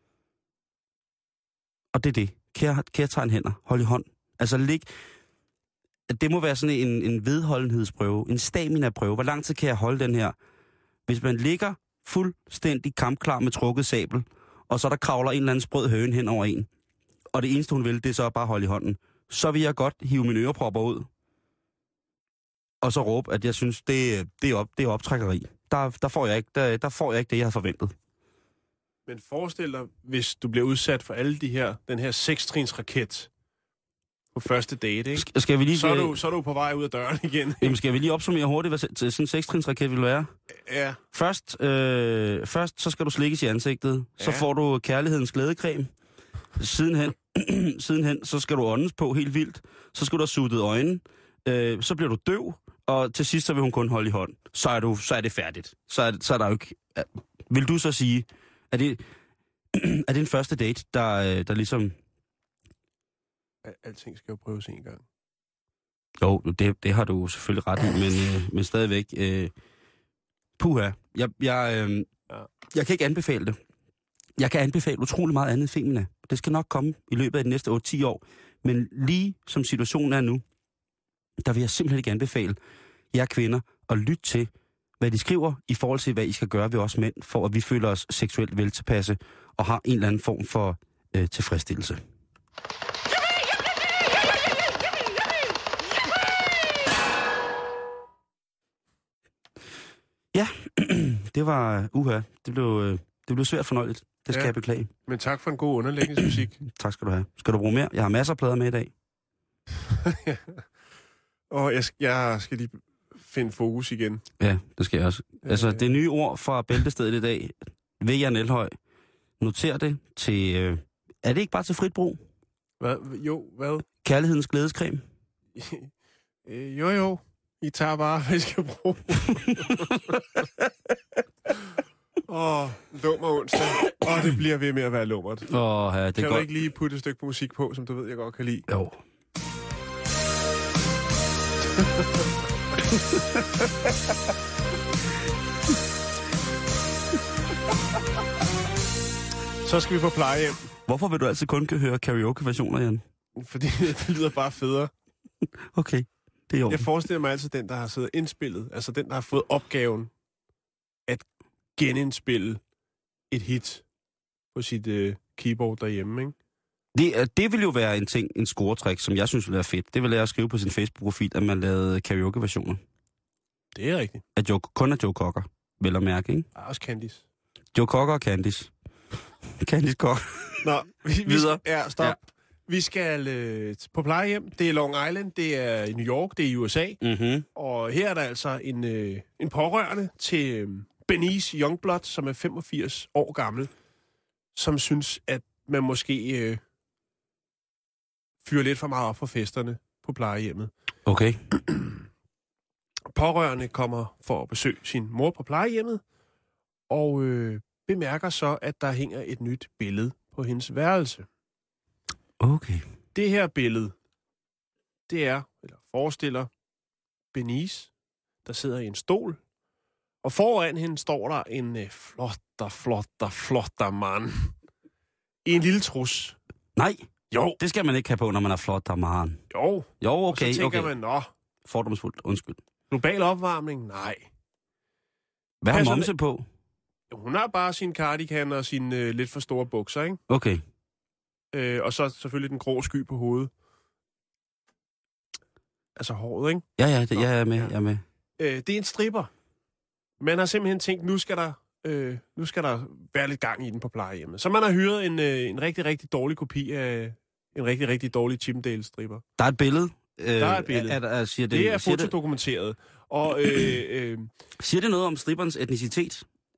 Og det er det. Kærtegn hænder. Hold i hånd. Altså læg... Det må være sådan en vedholdenhedsprøve, en stamina-prøve. Hvor lang tid kan jeg holde den her? Hvis man ligger fuldstændig kampklar med trukket sabel, og så der kravler en eller anden sprød høne hen over en, og det eneste hun vil, det er så bare holde i hånden, så vil jeg godt hive mine ørepropper ud, og så råbe, at jeg synes, det er optrækkeri. Der får jeg ikke det, jeg havde forventet.
Men forestil dig, hvis du bliver udsat for alle den her 6-trins-raket på første date, ikke?
Skal vi lige...
Så er du på vej ud af døren igen.
Jamen, skal vi lige opsummere hurtigt, hvad sådan en 6-trins-raket vil være?
Ja.
Først så skal du slikkes i ansigtet. Ja. Så får du kærlighedens glædecreme. Sidenhen, så skal du åndes på helt vildt. Så skal du have suttet øjnene. Så bliver du døv. Og til sidst, så vil hun kun holde i hånd. Så er det færdigt. Så er der jo ikke... Vil du så sige, er det en første date, der ligesom...
Alting skal jo prøves en gang.
Jo, det har du selvfølgelig ret i, men stadigvæk... Puha. Jeg kan ikke anbefale det. Jeg kan anbefale utrolig meget andet femina. Det skal nok komme i løbet af de næste 8-10 år. Men lige som situationen er nu, der vil jeg simpelthen ikke anbefale jer kvinder at lytte til, hvad de skriver i forhold til, hvad I skal gøre ved os mænd, for at vi føler os seksuelt veltilpasse og har en eller anden form for tilfredsstillelse. Ja, det var Det blev svært fornøjeligt. Det skal jeg beklage.
Men tak for en god underlægningsmusik.
Tak skal du have. Skal du bruge mere? Jeg har masser af plader med i dag.
Og jeg skal lige finde fokus igen.
Ja, det skal jeg også. Altså, det nye ord fra Bæltestedet i dag, ved Jan Elhøj. Noter det til... er det ikke bare til frit brug?
Hvad?
Kærlighedens glædescreme?
Jo. I tager bare, hvad I skal bruge. Lummer onsdag. Det bliver ved med at være lummert.
Ja, det
kan du
godt.
ikke lige putte et stykke musik på, som du ved, jeg godt kan lide?
Jo.
Så skal vi på plejehjem.
Hvorfor vil du altid kun høre karaoke-versioner, Jan?
Fordi det lyder bare federe.
Okay, det er jo.
Jeg forestiller mig altid den, der har siddet indspillet. Altså den, der har fået opgaven at genindspille et hit på sit keyboard derhjemme, ikke?
Det vil jo være en scoretræk, som jeg synes ville være fedt. Det vil jeg skrive på sin Facebook-profil, at man lavede karaoke-versioner.
Det er rigtigt.
Kun af Joe Cocker, vel at mærke, ikke?
Også Candice.
Joe Cocker og Candice. Candice Cocker.
Nå,
videre.
Ja, stop. Ja. Vi skal på plejehjem. Det er Long Island, det er i New York, det er i USA.
Mm-hmm.
Og her er der altså en pårørende til Benice Youngblood, som er 85 år gammel, som synes, at man måske fyrer lidt for meget op for festerne på plejehjemmet.
Okay.
Pårørende kommer for at besøge sin mor på plejehjemmet, og bemærker så, at der hænger et nyt billede på hendes værelse.
Okay.
Det her billede, forestiller Benice, der sidder i en stol, og foran hende står der en flotter mand i en lille trus.
Nej.
Jo.
Det skal man ikke have på, når man er flotter mand.
Jo.
Jo, okay.
Og så tænker man,
fordomsfuldt, undskyld.
Global opvarmning? Nej.
Hvad har momse på?
Hun har bare sin cardigan og sine lidt for store bukser, ikke?
Okay.
Og så selvfølgelig den grå sky på hovedet. Altså håret, ikke?
Ja, jeg er med. Jeg er med.
Det er en stripper. Man har simpelthen tænkt, nu skal der være lidt gang i den på plejehjemmet. Så man har hyret en rigtig, rigtig dårlig kopi af en rigtig, rigtig dårlig Chippendale-stripper.
Der er et billede.
Der er et billede. Det er fotodokumenteret. Og
siger det noget om stripperens etnicitet?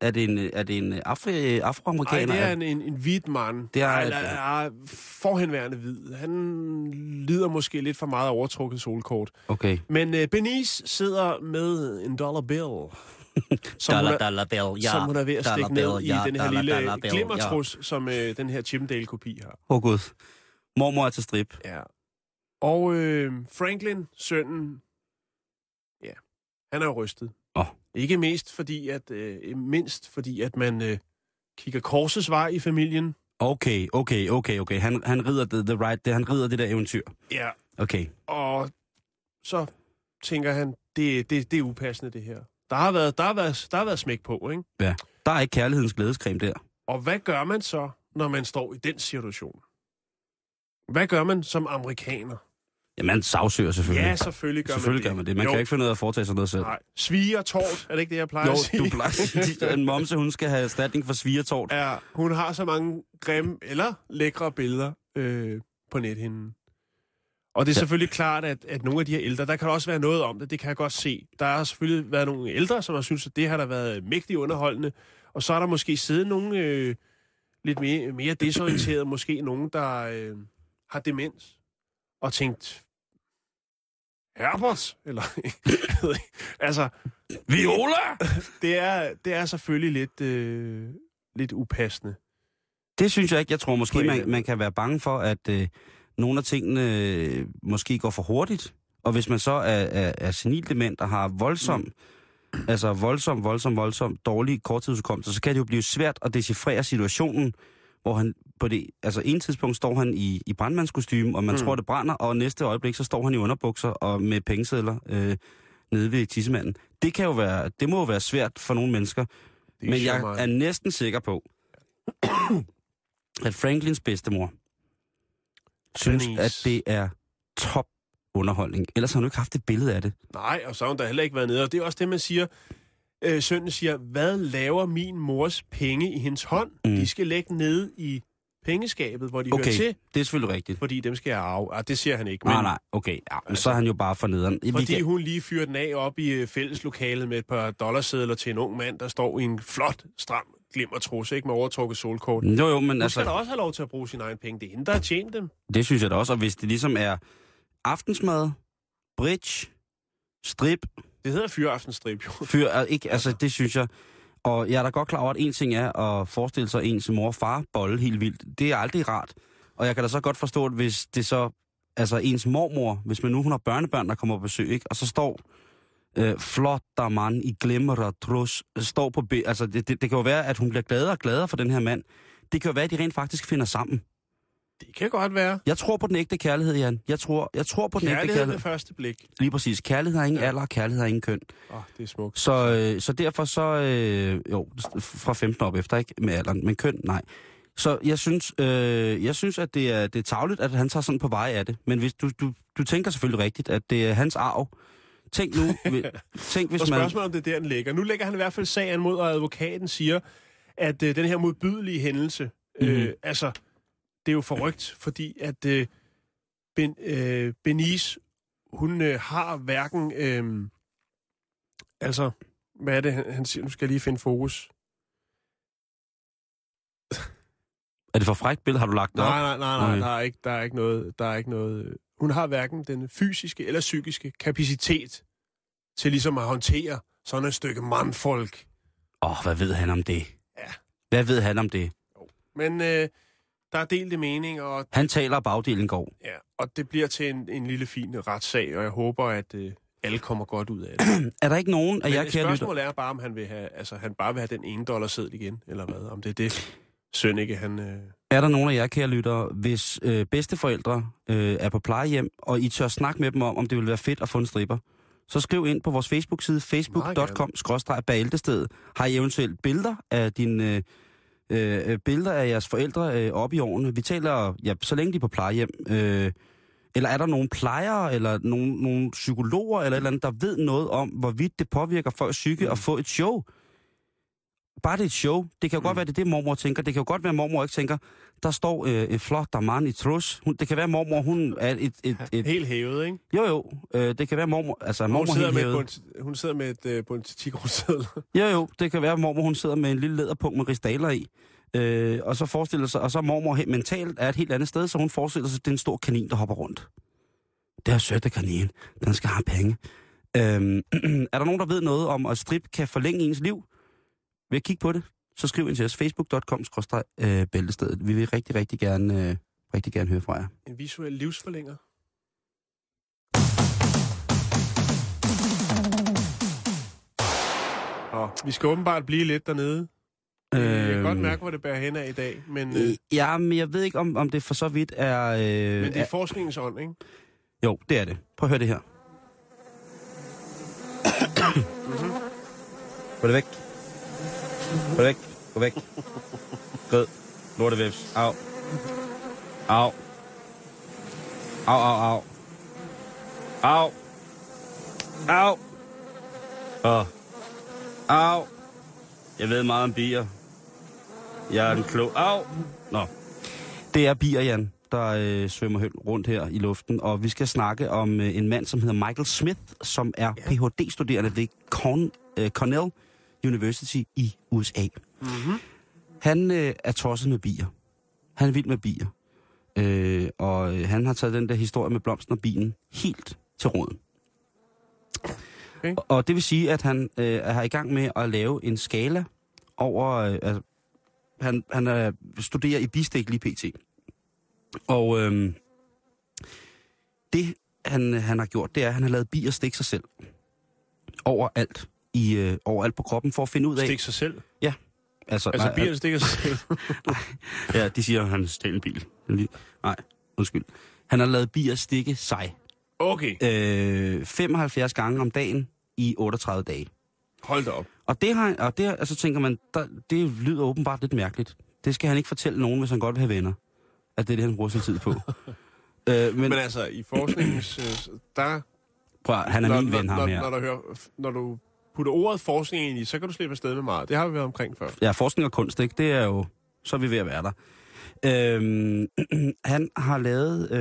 Er det en afroamerikaner?
Nej, det er en hvid mand.
Det er
forhenværende hvid. Han lider måske lidt for meget af overtrukket solkort.
Okay.
Men Benice sidder med en dollar bill. Som hun er ved at stikke ned i den her lille glimmertrus, som den her Chippendale-kopi har.
Gud. Mormor er til strip.
Ja. Og Franklin, sønnen, ja, han er jo rystet. Ikke mindst fordi, at man kigger korsets vej i familien.
Okay. Han rider det der eventyr.
Ja.
Okay.
Og så tænker han, det er upassende, det her. Der har været smæk på, ikke?
Ja. Der er ikke kærlighedens glædescreme der.
Og hvad gør man så, når man står i den situation? Hvad gør man som amerikaner?
Ja, man sagsøger selvfølgelig.
Ja, selvfølgelig
gør man det. Man kan ikke finde ud af at foretage sig noget selv.
Nej. Svigertort, er det ikke det, jeg plejer at sige?
Jo, du plejer at sige, en momse, hun skal have erstatning for svigertort.
Ja, hun har så mange grimme eller lækre billeder på nethinden. Og det er selvfølgelig klart, at nogle af de her ældre, der kan også være noget om det, det kan jeg godt se. Der har selvfølgelig været nogle ældre, som har synes, at det har da været mægtigt underholdende. Og så er der måske siddet nogle lidt mere desorienterede, måske nogen, der har demens. Og tænkt, Herbert, eller altså,
Viola!
Det er selvfølgelig lidt upassende.
Det synes jeg ikke. Jeg tror måske, man kan være bange for, at nogle af tingene måske går for hurtigt. Og hvis man så er senildement og har voldsom dårlig korttidsudkommelse, så kan det jo blive svært at decifrere situationen, hvor han på det, altså en tidspunkt står han i brandmandskostyme, og man tror, det brænder, og næste øjeblik, så står han i underbukser og med pengesedler nede ved tissemanden. Det må jo være svært for nogle mennesker. Men jeg er næsten sikker på, at Franklins bedstemor synes, at det er top underholdning. Ellers har hun ikke haft et billede af det.
Nej, og så har hun da heller ikke været nede. Og det er også det, man siger. Sønnen siger, hvad laver min mors penge i hendes hånd? De skal lægge ned i pengeskabet, hvor de hører til.
Det er selvfølgelig rigtigt.
Fordi dem skal jeg arve. Det siger han ikke.
Men, nej, okay. Ja, men altså, så er han jo bare for nederen.
Fordi hun lige fyrer den af op i fælleslokalet med et par dollarsedler til en ung mand, der står i en flot, stram glimmertrus, ikke med overtrukket solkort.
Jo, men
hun
altså...
skal da også have lov til at bruge sine egne penge. Det er hende, der har tjent dem.
Det synes jeg da også. Og hvis det ligesom er aftensmad, bridge, strip...
Det hedder fyraftensstrip, jo.
Det synes jeg. Og jeg er da godt klar over, at en ting er at forestille sig ens mor og far bolle helt vildt. Det er aldrig rart. Og jeg kan da så godt forstå, at hvis det så... Altså ens mormor, hvis man nu hun har børnebørn, der kommer på besøg, ikke? Og så står flotter mand i glimmer og trus, står på... Altså det kan jo være, at hun bliver gladere og gladere for den her mand. Det kan jo være, at de rent faktisk finder sammen.
Det kan godt være.
Jeg tror på den ægte kærlighed, Jan. Jeg tror på den ægte kærlighed.
Kærlighed ved første blik.
Lige præcis. Kærlighed har ingen alder, kærlighed har ingen køn.
Det er smukt.
Så derfor så... fra 15 op efter, ikke med alderen, men køn, nej. Så jeg synes at det er tarveligt, at han tager sådan på vej af det. Men hvis du tænker selvfølgelig rigtigt, at det er hans arv. Tænk nu... hvis
spørgsmålet om det der, den ligger. Nu lægger han i hvert fald sagen mod, og advokaten siger, at den her modbydelige hændelse... altså... Det er jo forrygt, fordi at Benice, hun har hverken... hvad er det, han siger? Nu skal jeg lige finde fokus.
Er det for frækt billede? Har du lagt det op?
Nej, der er ikke noget... Hun har hverken den fysiske eller psykiske kapacitet til ligesom at håndtere sådan et stykke mandfolk.
Hvad ved han om det?
Ja.
Hvad ved han om det?
Jo. Men... der er delte meninger, og...
Han taler, og bagdelen går.
Ja, og det bliver til en lille fin retssag, og jeg håber, at alle kommer godt ud af det.
Er der ikke nogen af jer, kære lytter?
Spørgsmålet er bare, om han vil have, han bare vil have den $1 igen, eller hvad? Om det er det, Sønneke, han...
Er der nogen af jer, kære lyttere, hvis bedsteforældre er på plejehjem, og I tør snakke med dem om det vil være fedt at få en stripper, så skriv ind på vores Facebook-side, facebook.com/Bæltestedet. Har I eventuelt billeder af dine... billeder af jeres forældre op i årene. Vi taler, så længe de er på plejehjem. Eller er der nogle plejere, eller nogle psykologer, eller et eller andet, der ved noget om, hvorvidt det påvirker folks psyke at få et show? bare det er et show. Det kan jo godt være, det er det, mormor tænker. Det kan jo godt være, at mormor ikke tænker, der står et flot demand i trus. Det kan være, at mormor, hun er et...
Helt hævet, ikke?
Jo. Det kan være, mormor... Altså, mormor helt hævet.
Hun sidder med et bundt 10-kronesedler.
Jo. Det kan være, at mormor, hun sidder med en lille læderpunkt med ristaler i. Og så forestiller sig... Og så mormor mentalt er et helt andet sted, så hun forestiller sig, at det er en stor kanin, der hopper rundt. Det er sødt af kanin. Den skal have penge. Er der nogen, der ved noget om, at strip kan forlænge ens liv? Vil jeg kigge på det? Så skriv ind til os. Facebook.com/bæltestedet. Vi vil rigtig gerne høre fra jer.
En visuel livsforlænger. Vi skal åbenbart blive lidt dernede. Jeg kan godt mærke, hvor det bærer hen af i dag. Men,
men jeg ved ikke, om det for så vidt er...
men det er forskningens ånd, ikke?
Jo, det er det. Prøv at høre det her. Gå det væk. Gå væk. Gå væk. Gød. Lortevævs. Au. Au. Au, au, au. Au. Au. Au. Jeg ved meget om bier. Jeg er en klog. Au. Nå. Det er bier, Jan, der svømmer rundt her i luften. Og vi skal snakke om en mand, som hedder Michael Smith, som er Ph.D.-studerende ved Cornell University i USA. Mm-hmm. Han er tosset med bier. Han er vild med bier. Og han har taget den der historie med blomsten og bien helt til roden. Okay. Og det vil sige, at han er i gang med at lave en skala over... Han studerer i bistik lige pt. Og det, han har gjort, det er, at han har lavet bier stikke sig selv. Overalt. Overalt på kroppen, for at finde ud af...
Stikke sig selv?
Ja.
Altså bierne stikker sig selv?
Ja, de siger, at han stjæler en bil. Nej, undskyld. Han har lavet bier stikke sig.
Okay.
75 gange om dagen i 38 dage.
Hold da op.
Og så tænker man, det lyder åbenbart lidt mærkeligt. Det skal han ikke fortælle nogen, hvis han godt vil have venner. At det er det, han bruger sin tid på.
Men altså, i forskningens... der...
Prøv, han er min ven, ham her.
Når du putter ordet forskning ind i, så kan du slippe afsted med meget. Det har vi været omkring før.
Ja, forskning og kunst, ikke? Det er jo... Så er vi ved at være der. Han har lavet...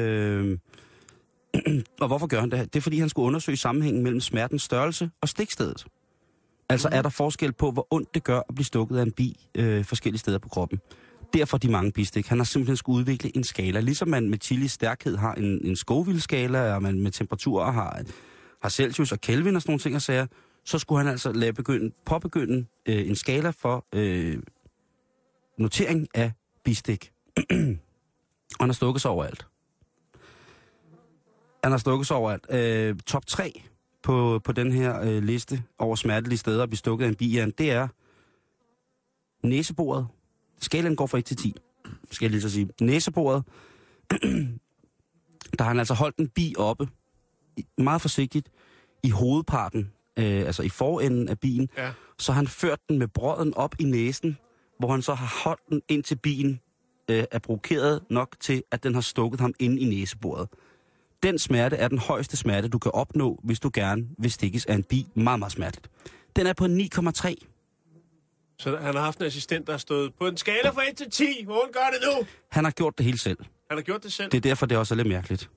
og hvorfor gør han det? Det er, fordi han skulle undersøge sammenhængen mellem smertens størrelse og stikstedet. Altså er der forskel på, hvor ondt det gør at blive stukket af en bi forskellige steder på kroppen. Derfor de mange bistik. Han har simpelthen skulle udvikle en skala. Ligesom man med chilis stærkhed har en Scoville-skala, og man med temperaturer har Celsius og Kelvin og sådan nogle ting og sager, så skulle han altså påbegynde en skala for notering af bistik. Og han har stukket sig overalt. Top 3 på den her liste over smertelige steder at blive stukket af en bi, det er næseboret. Skalaen går fra 1 til 10, skal jeg lige så sige. Næseboret, der har han altså holdt en bi oppe, meget forsigtigt, i hovedparten, altså i forenden af bien. Ja. Så har han ført den med brodden op i næsen, hvor han så har holdt den ind til bien, er provokeret nok til, at den har stukket ham inde i næseboret. Den smerte er den højeste smerte, du kan opnå, hvis du gerne vil stikkes af en bi. Meget, meget smerteligt. Den er på 9,3.
Så han har haft en assistent, der har stået på en skala fra 1 til 10. Hvor gør det nu?
Han har gjort det hele selv.
Han har gjort det selv?
Det er derfor, det også er lidt mærkeligt.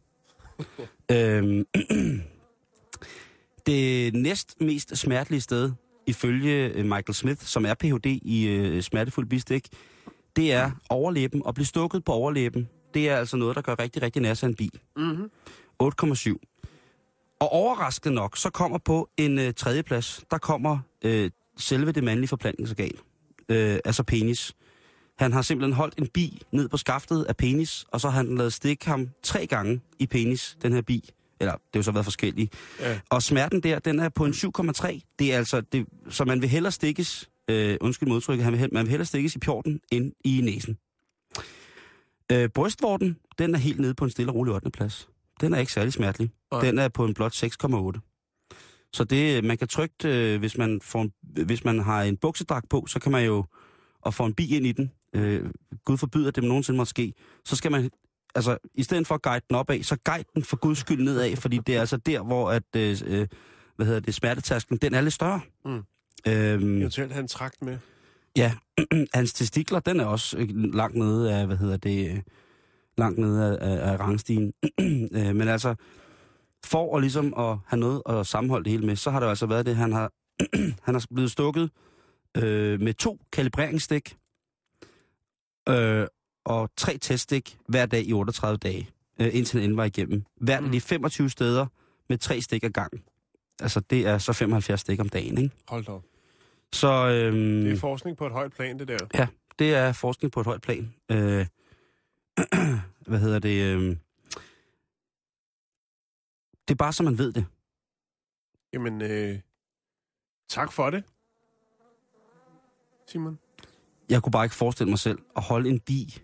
Det næst mest smertelige sted, ifølge Michael Smith, som er Ph.D. i smertefuld bistik, det er overlæben. Og blive stukket på overlæben, det er altså noget, der gør rigtig, rigtig nær sig en bi. Mm-hmm. 8,7. Og overraskende nok, så kommer på en tredje plads, der kommer selve det mandlige forplantningsorgan. Altså penis. Han har simpelthen holdt en bi ned på skaftet af penis, og så har han lavet stikke ham 3 gange i penis, den her bi. Eller, det har jo så været forskellige. Ja. Og smerten der, den er på en 7,3. Det er altså, så man vil hellere stikkes, undskyld modtrykket, man vil hellere stikkes i pjorten end i næsen. Brystvorten, den er helt nede på en stille og rolig 8. plads. Den er ikke særlig smertelig. Den er på en blot 6,8. Så det, man kan trygt, hvis man har en buksedragt på, så kan man jo, og få en bi ind i den, Gud forbyder det nogensinde måtte ske, så skal man, altså i stedet for at guide den opad, så guide den for Guds skyld nedad, fordi det er altså der, hvor at, smertetærsken, den er lidt større.
Eventuelt have en trakt med.
Ja, hans testikler, den er også langt nede af, langt nede af rangstigen. Men altså, for at ligesom at have noget at sammenholde det hele med, så har der altså været det, han har blevet stukket med 2 kalibreringsstik og 3 teststik hver dag i 38 dage, indtil den var igennem. Hvert af de 25 steder med 3 stik ad gangen. Altså, det er så 75 stik om dagen, ikke?
Hold da op.
Så,
det er forskning på et højt plan, det der.
Ja, det er forskning på et højt plan. Det er bare, så man ved det.
Jamen, tak for det, Simon.
Jeg kunne bare ikke forestille mig selv at holde en bi.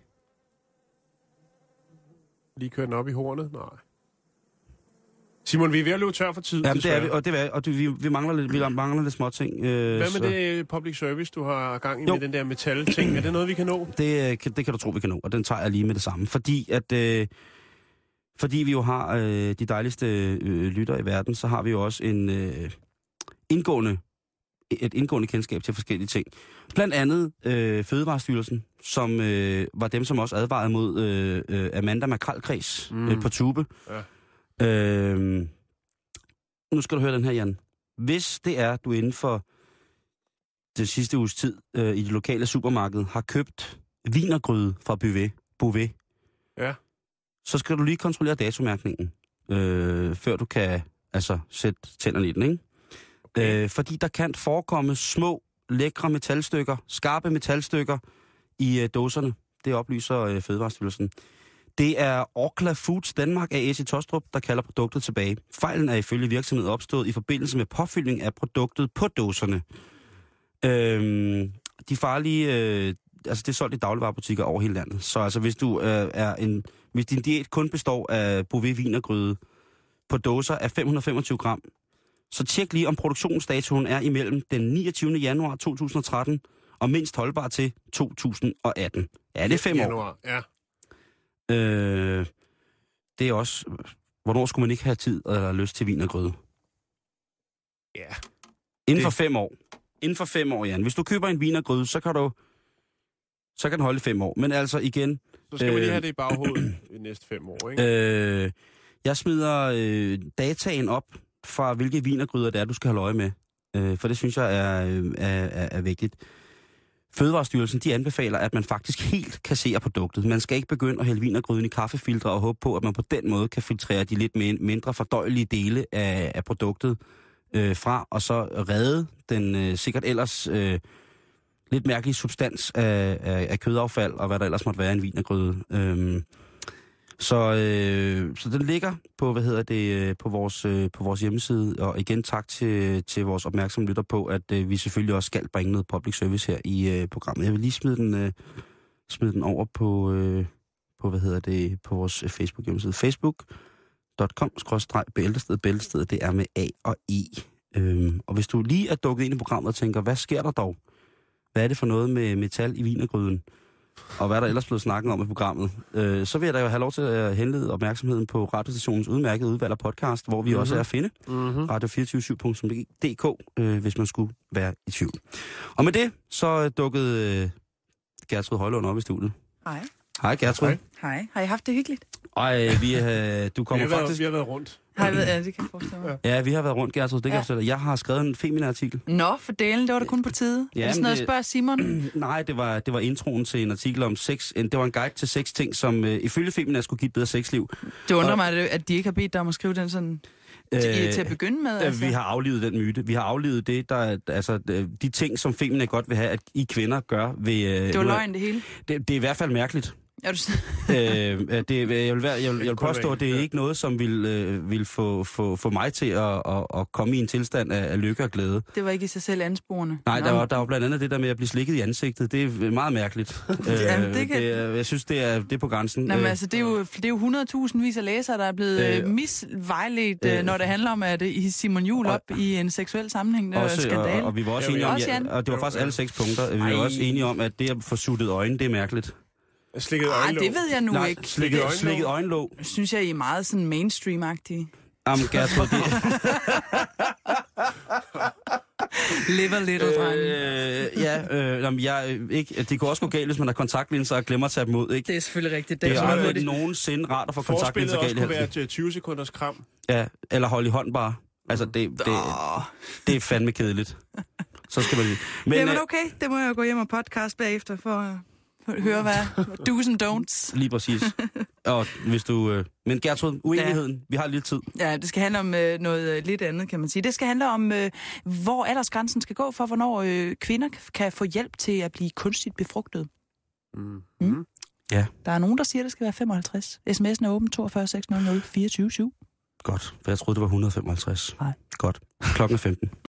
Lige køre den op i hornet? Nej. Simon, vi er ved at løbe tør for tid.
Jamen, det er vi, og vi mangler lidt småting.
Hvad med det public service, du har gang i med den der metal-ting? Er det noget, vi kan nå?
Det kan du tro, vi kan nå, og den tager jeg lige med det samme. Fordi vi jo har de dejligste lytter i verden, så har vi jo også et indgående kendskab til forskellige ting. Blandt andet Fødevarestyrelsen, som var dem, som også advarede mod Amanda Makrelkreds på Tube. Ja. Nu skal du høre den her, Jan. Hvis det er, du inden for det sidste uges tid i det lokale supermarked har købt wienergryde fra Bouvet,
ja,
så skal du lige kontrollere datomærkningen, før du kan sætte tænderne i den, ikke? Okay. Fordi der kan forekomme små, lækre metalstykker, skarpe metalstykker i dåserne. Det oplyser Fødevarestyrelsen. Det er Orkla Foods Danmark AS i Tostrup, der kalder produktet tilbage. Fejlen er ifølge virksomheden opstået i forbindelse med påfyldning af produktet på dåserne. De farlige, det er solgt i dagligvarebutikker over hele landet. Så altså, hvis din diæt kun består af Bouvet wienergryde på dåser af 525 gram, så tjek lige, om produktionsdatoen er imellem den 29. januar 2013 og mindst holdbar til 2018. Ja, det er 5
januar,
år.
Ja.
Det er også... Hvornår skulle man ikke have tid eller lyst til wienergryde?
Ja.
Inden for 5 år. Inden for 5 år, Jan. Hvis du køber en wienergryde, så kan den holde i 5 år. Men altså igen...
Så skal man lige have det i baghovedet i næste 5 år, ikke?
Jeg smider dataen op fra, hvilke wienergryder det er, du skal holde øje med. For det synes jeg er vigtigt. Fødevarestyrelsen, de anbefaler, at man faktisk helt kasserer produktet. Man skal ikke begynde at hælde wienergryden i kaffefiltre og håbe på, at man på den måde kan filtrere de lidt mindre fordøjelige dele af produktet fra, og så redde den sikkert ellers lidt mærkelige substans af kødaffald, og hvad der ellers måtte være i en wienergryde. Så den ligger på, på vores hjemmeside, og igen tak til vores opmærksomme lytter på, at vi selvfølgelig også skal bringe noget public service her i programmet. Jeg vil lige smide den over på vores Facebook hjemmeside. Facebook.com/bæltestedet, det er med A og I. Og hvis du lige er dukket ind i programmet og tænker, hvad sker der dog? Hvad er det for noget med metal i wienergryden? Og hvad er der ellers blevet snakket om i programmet, så vil jeg da jo have lov til at henlede opmærksomheden på radiostationens udmærkede udvalg af podcast, hvor vi også er at finde. Radio247.dk, hvis man skulle være i tvivl. Og med det, så dukkede Gertrud Højlund op i studiet.
Hej.
Hej, Gertrud.
Hej. Har I haft det hyggeligt?
Du kommer faktisk...
Vi har været rundt.
Ja, det kan jeg forestille mig.
Ja, vi har været rundt, Gertrud. Det kan jeg forstå. Jeg har skrevet en Femina-artikel.
Nå, for delen, det var da kun på tide. Ja, er det sådan noget at spørge Simon?
Nej, det var introen til en artikel om sex. Det var en guide til 6 ting, som ifølge Femina skulle give et bedre sexliv.
Det undrer mig, at de ikke har bedt dig om at skrive den sådan til at begynde med. Altså.
Vi har aflivet den myte. Vi har aflivet det, de ting, som Femina godt vil have, at I kvinder gør ved...
Det var løgn, det hele.
Det er i hvert fald mærkeligt. Jeg vil påstå, at det er ikke noget, som vil få mig til at komme i en tilstand af lykke og glæde.
Det var ikke i sig selv ansporende.
Nej, der var blandt andet det der med at blive slikket i ansigtet. Det er meget mærkeligt. Jeg synes, det er på grænsen.
Nå, men altså, det er jo 100.000 vis af læsere, der er blevet misvejledt, når det handler om, at I Simon Juhl op i en seksuel sammenhæng. Skandale.
Og vi var også enige om, og det var faktisk alle 6 punkter. Vi var også enige om, at det at få suttet øjne, det er mærkeligt.
Nej, det ved jeg nu ikke.
Slikket øjenlåg.
Synes jeg, I er meget sådan mainstream-agtige.
Gertrud,
Live a little, dreng.
Det kunne også gå galt, hvis man har kontaktlinser og glemmer at tage dem ud, ikke?
Det er selvfølgelig rigtigt.
Det er aldrig nogensinde rart at få kontaktlinser galt.
Forspillet også kunne være 20 sekunders kram.
Ja, eller holde i hånd bare. Altså, det er fandme kedeligt. Så skal man lige.
Men okay, det må jeg gå hjem og podcast bagefter for at høre, hvad do's and don'ts.
Lige præcis. Og hvis du... Men Gertrud, uenigheden, vi har lidt tid.
Ja, det skal handle om noget lidt andet, kan man sige. Det skal handle om, hvor aldersgrænsen skal gå for, hvornår kvinder kan få hjælp til at blive kunstigt befrugtet.
Mm.
Ja.
Der er nogen, der siger, at det skal være 55. SMS'en er åben 42 600 24 7.
Godt, for jeg troede, det var 155.
Nej.
Godt. Klokken er 15.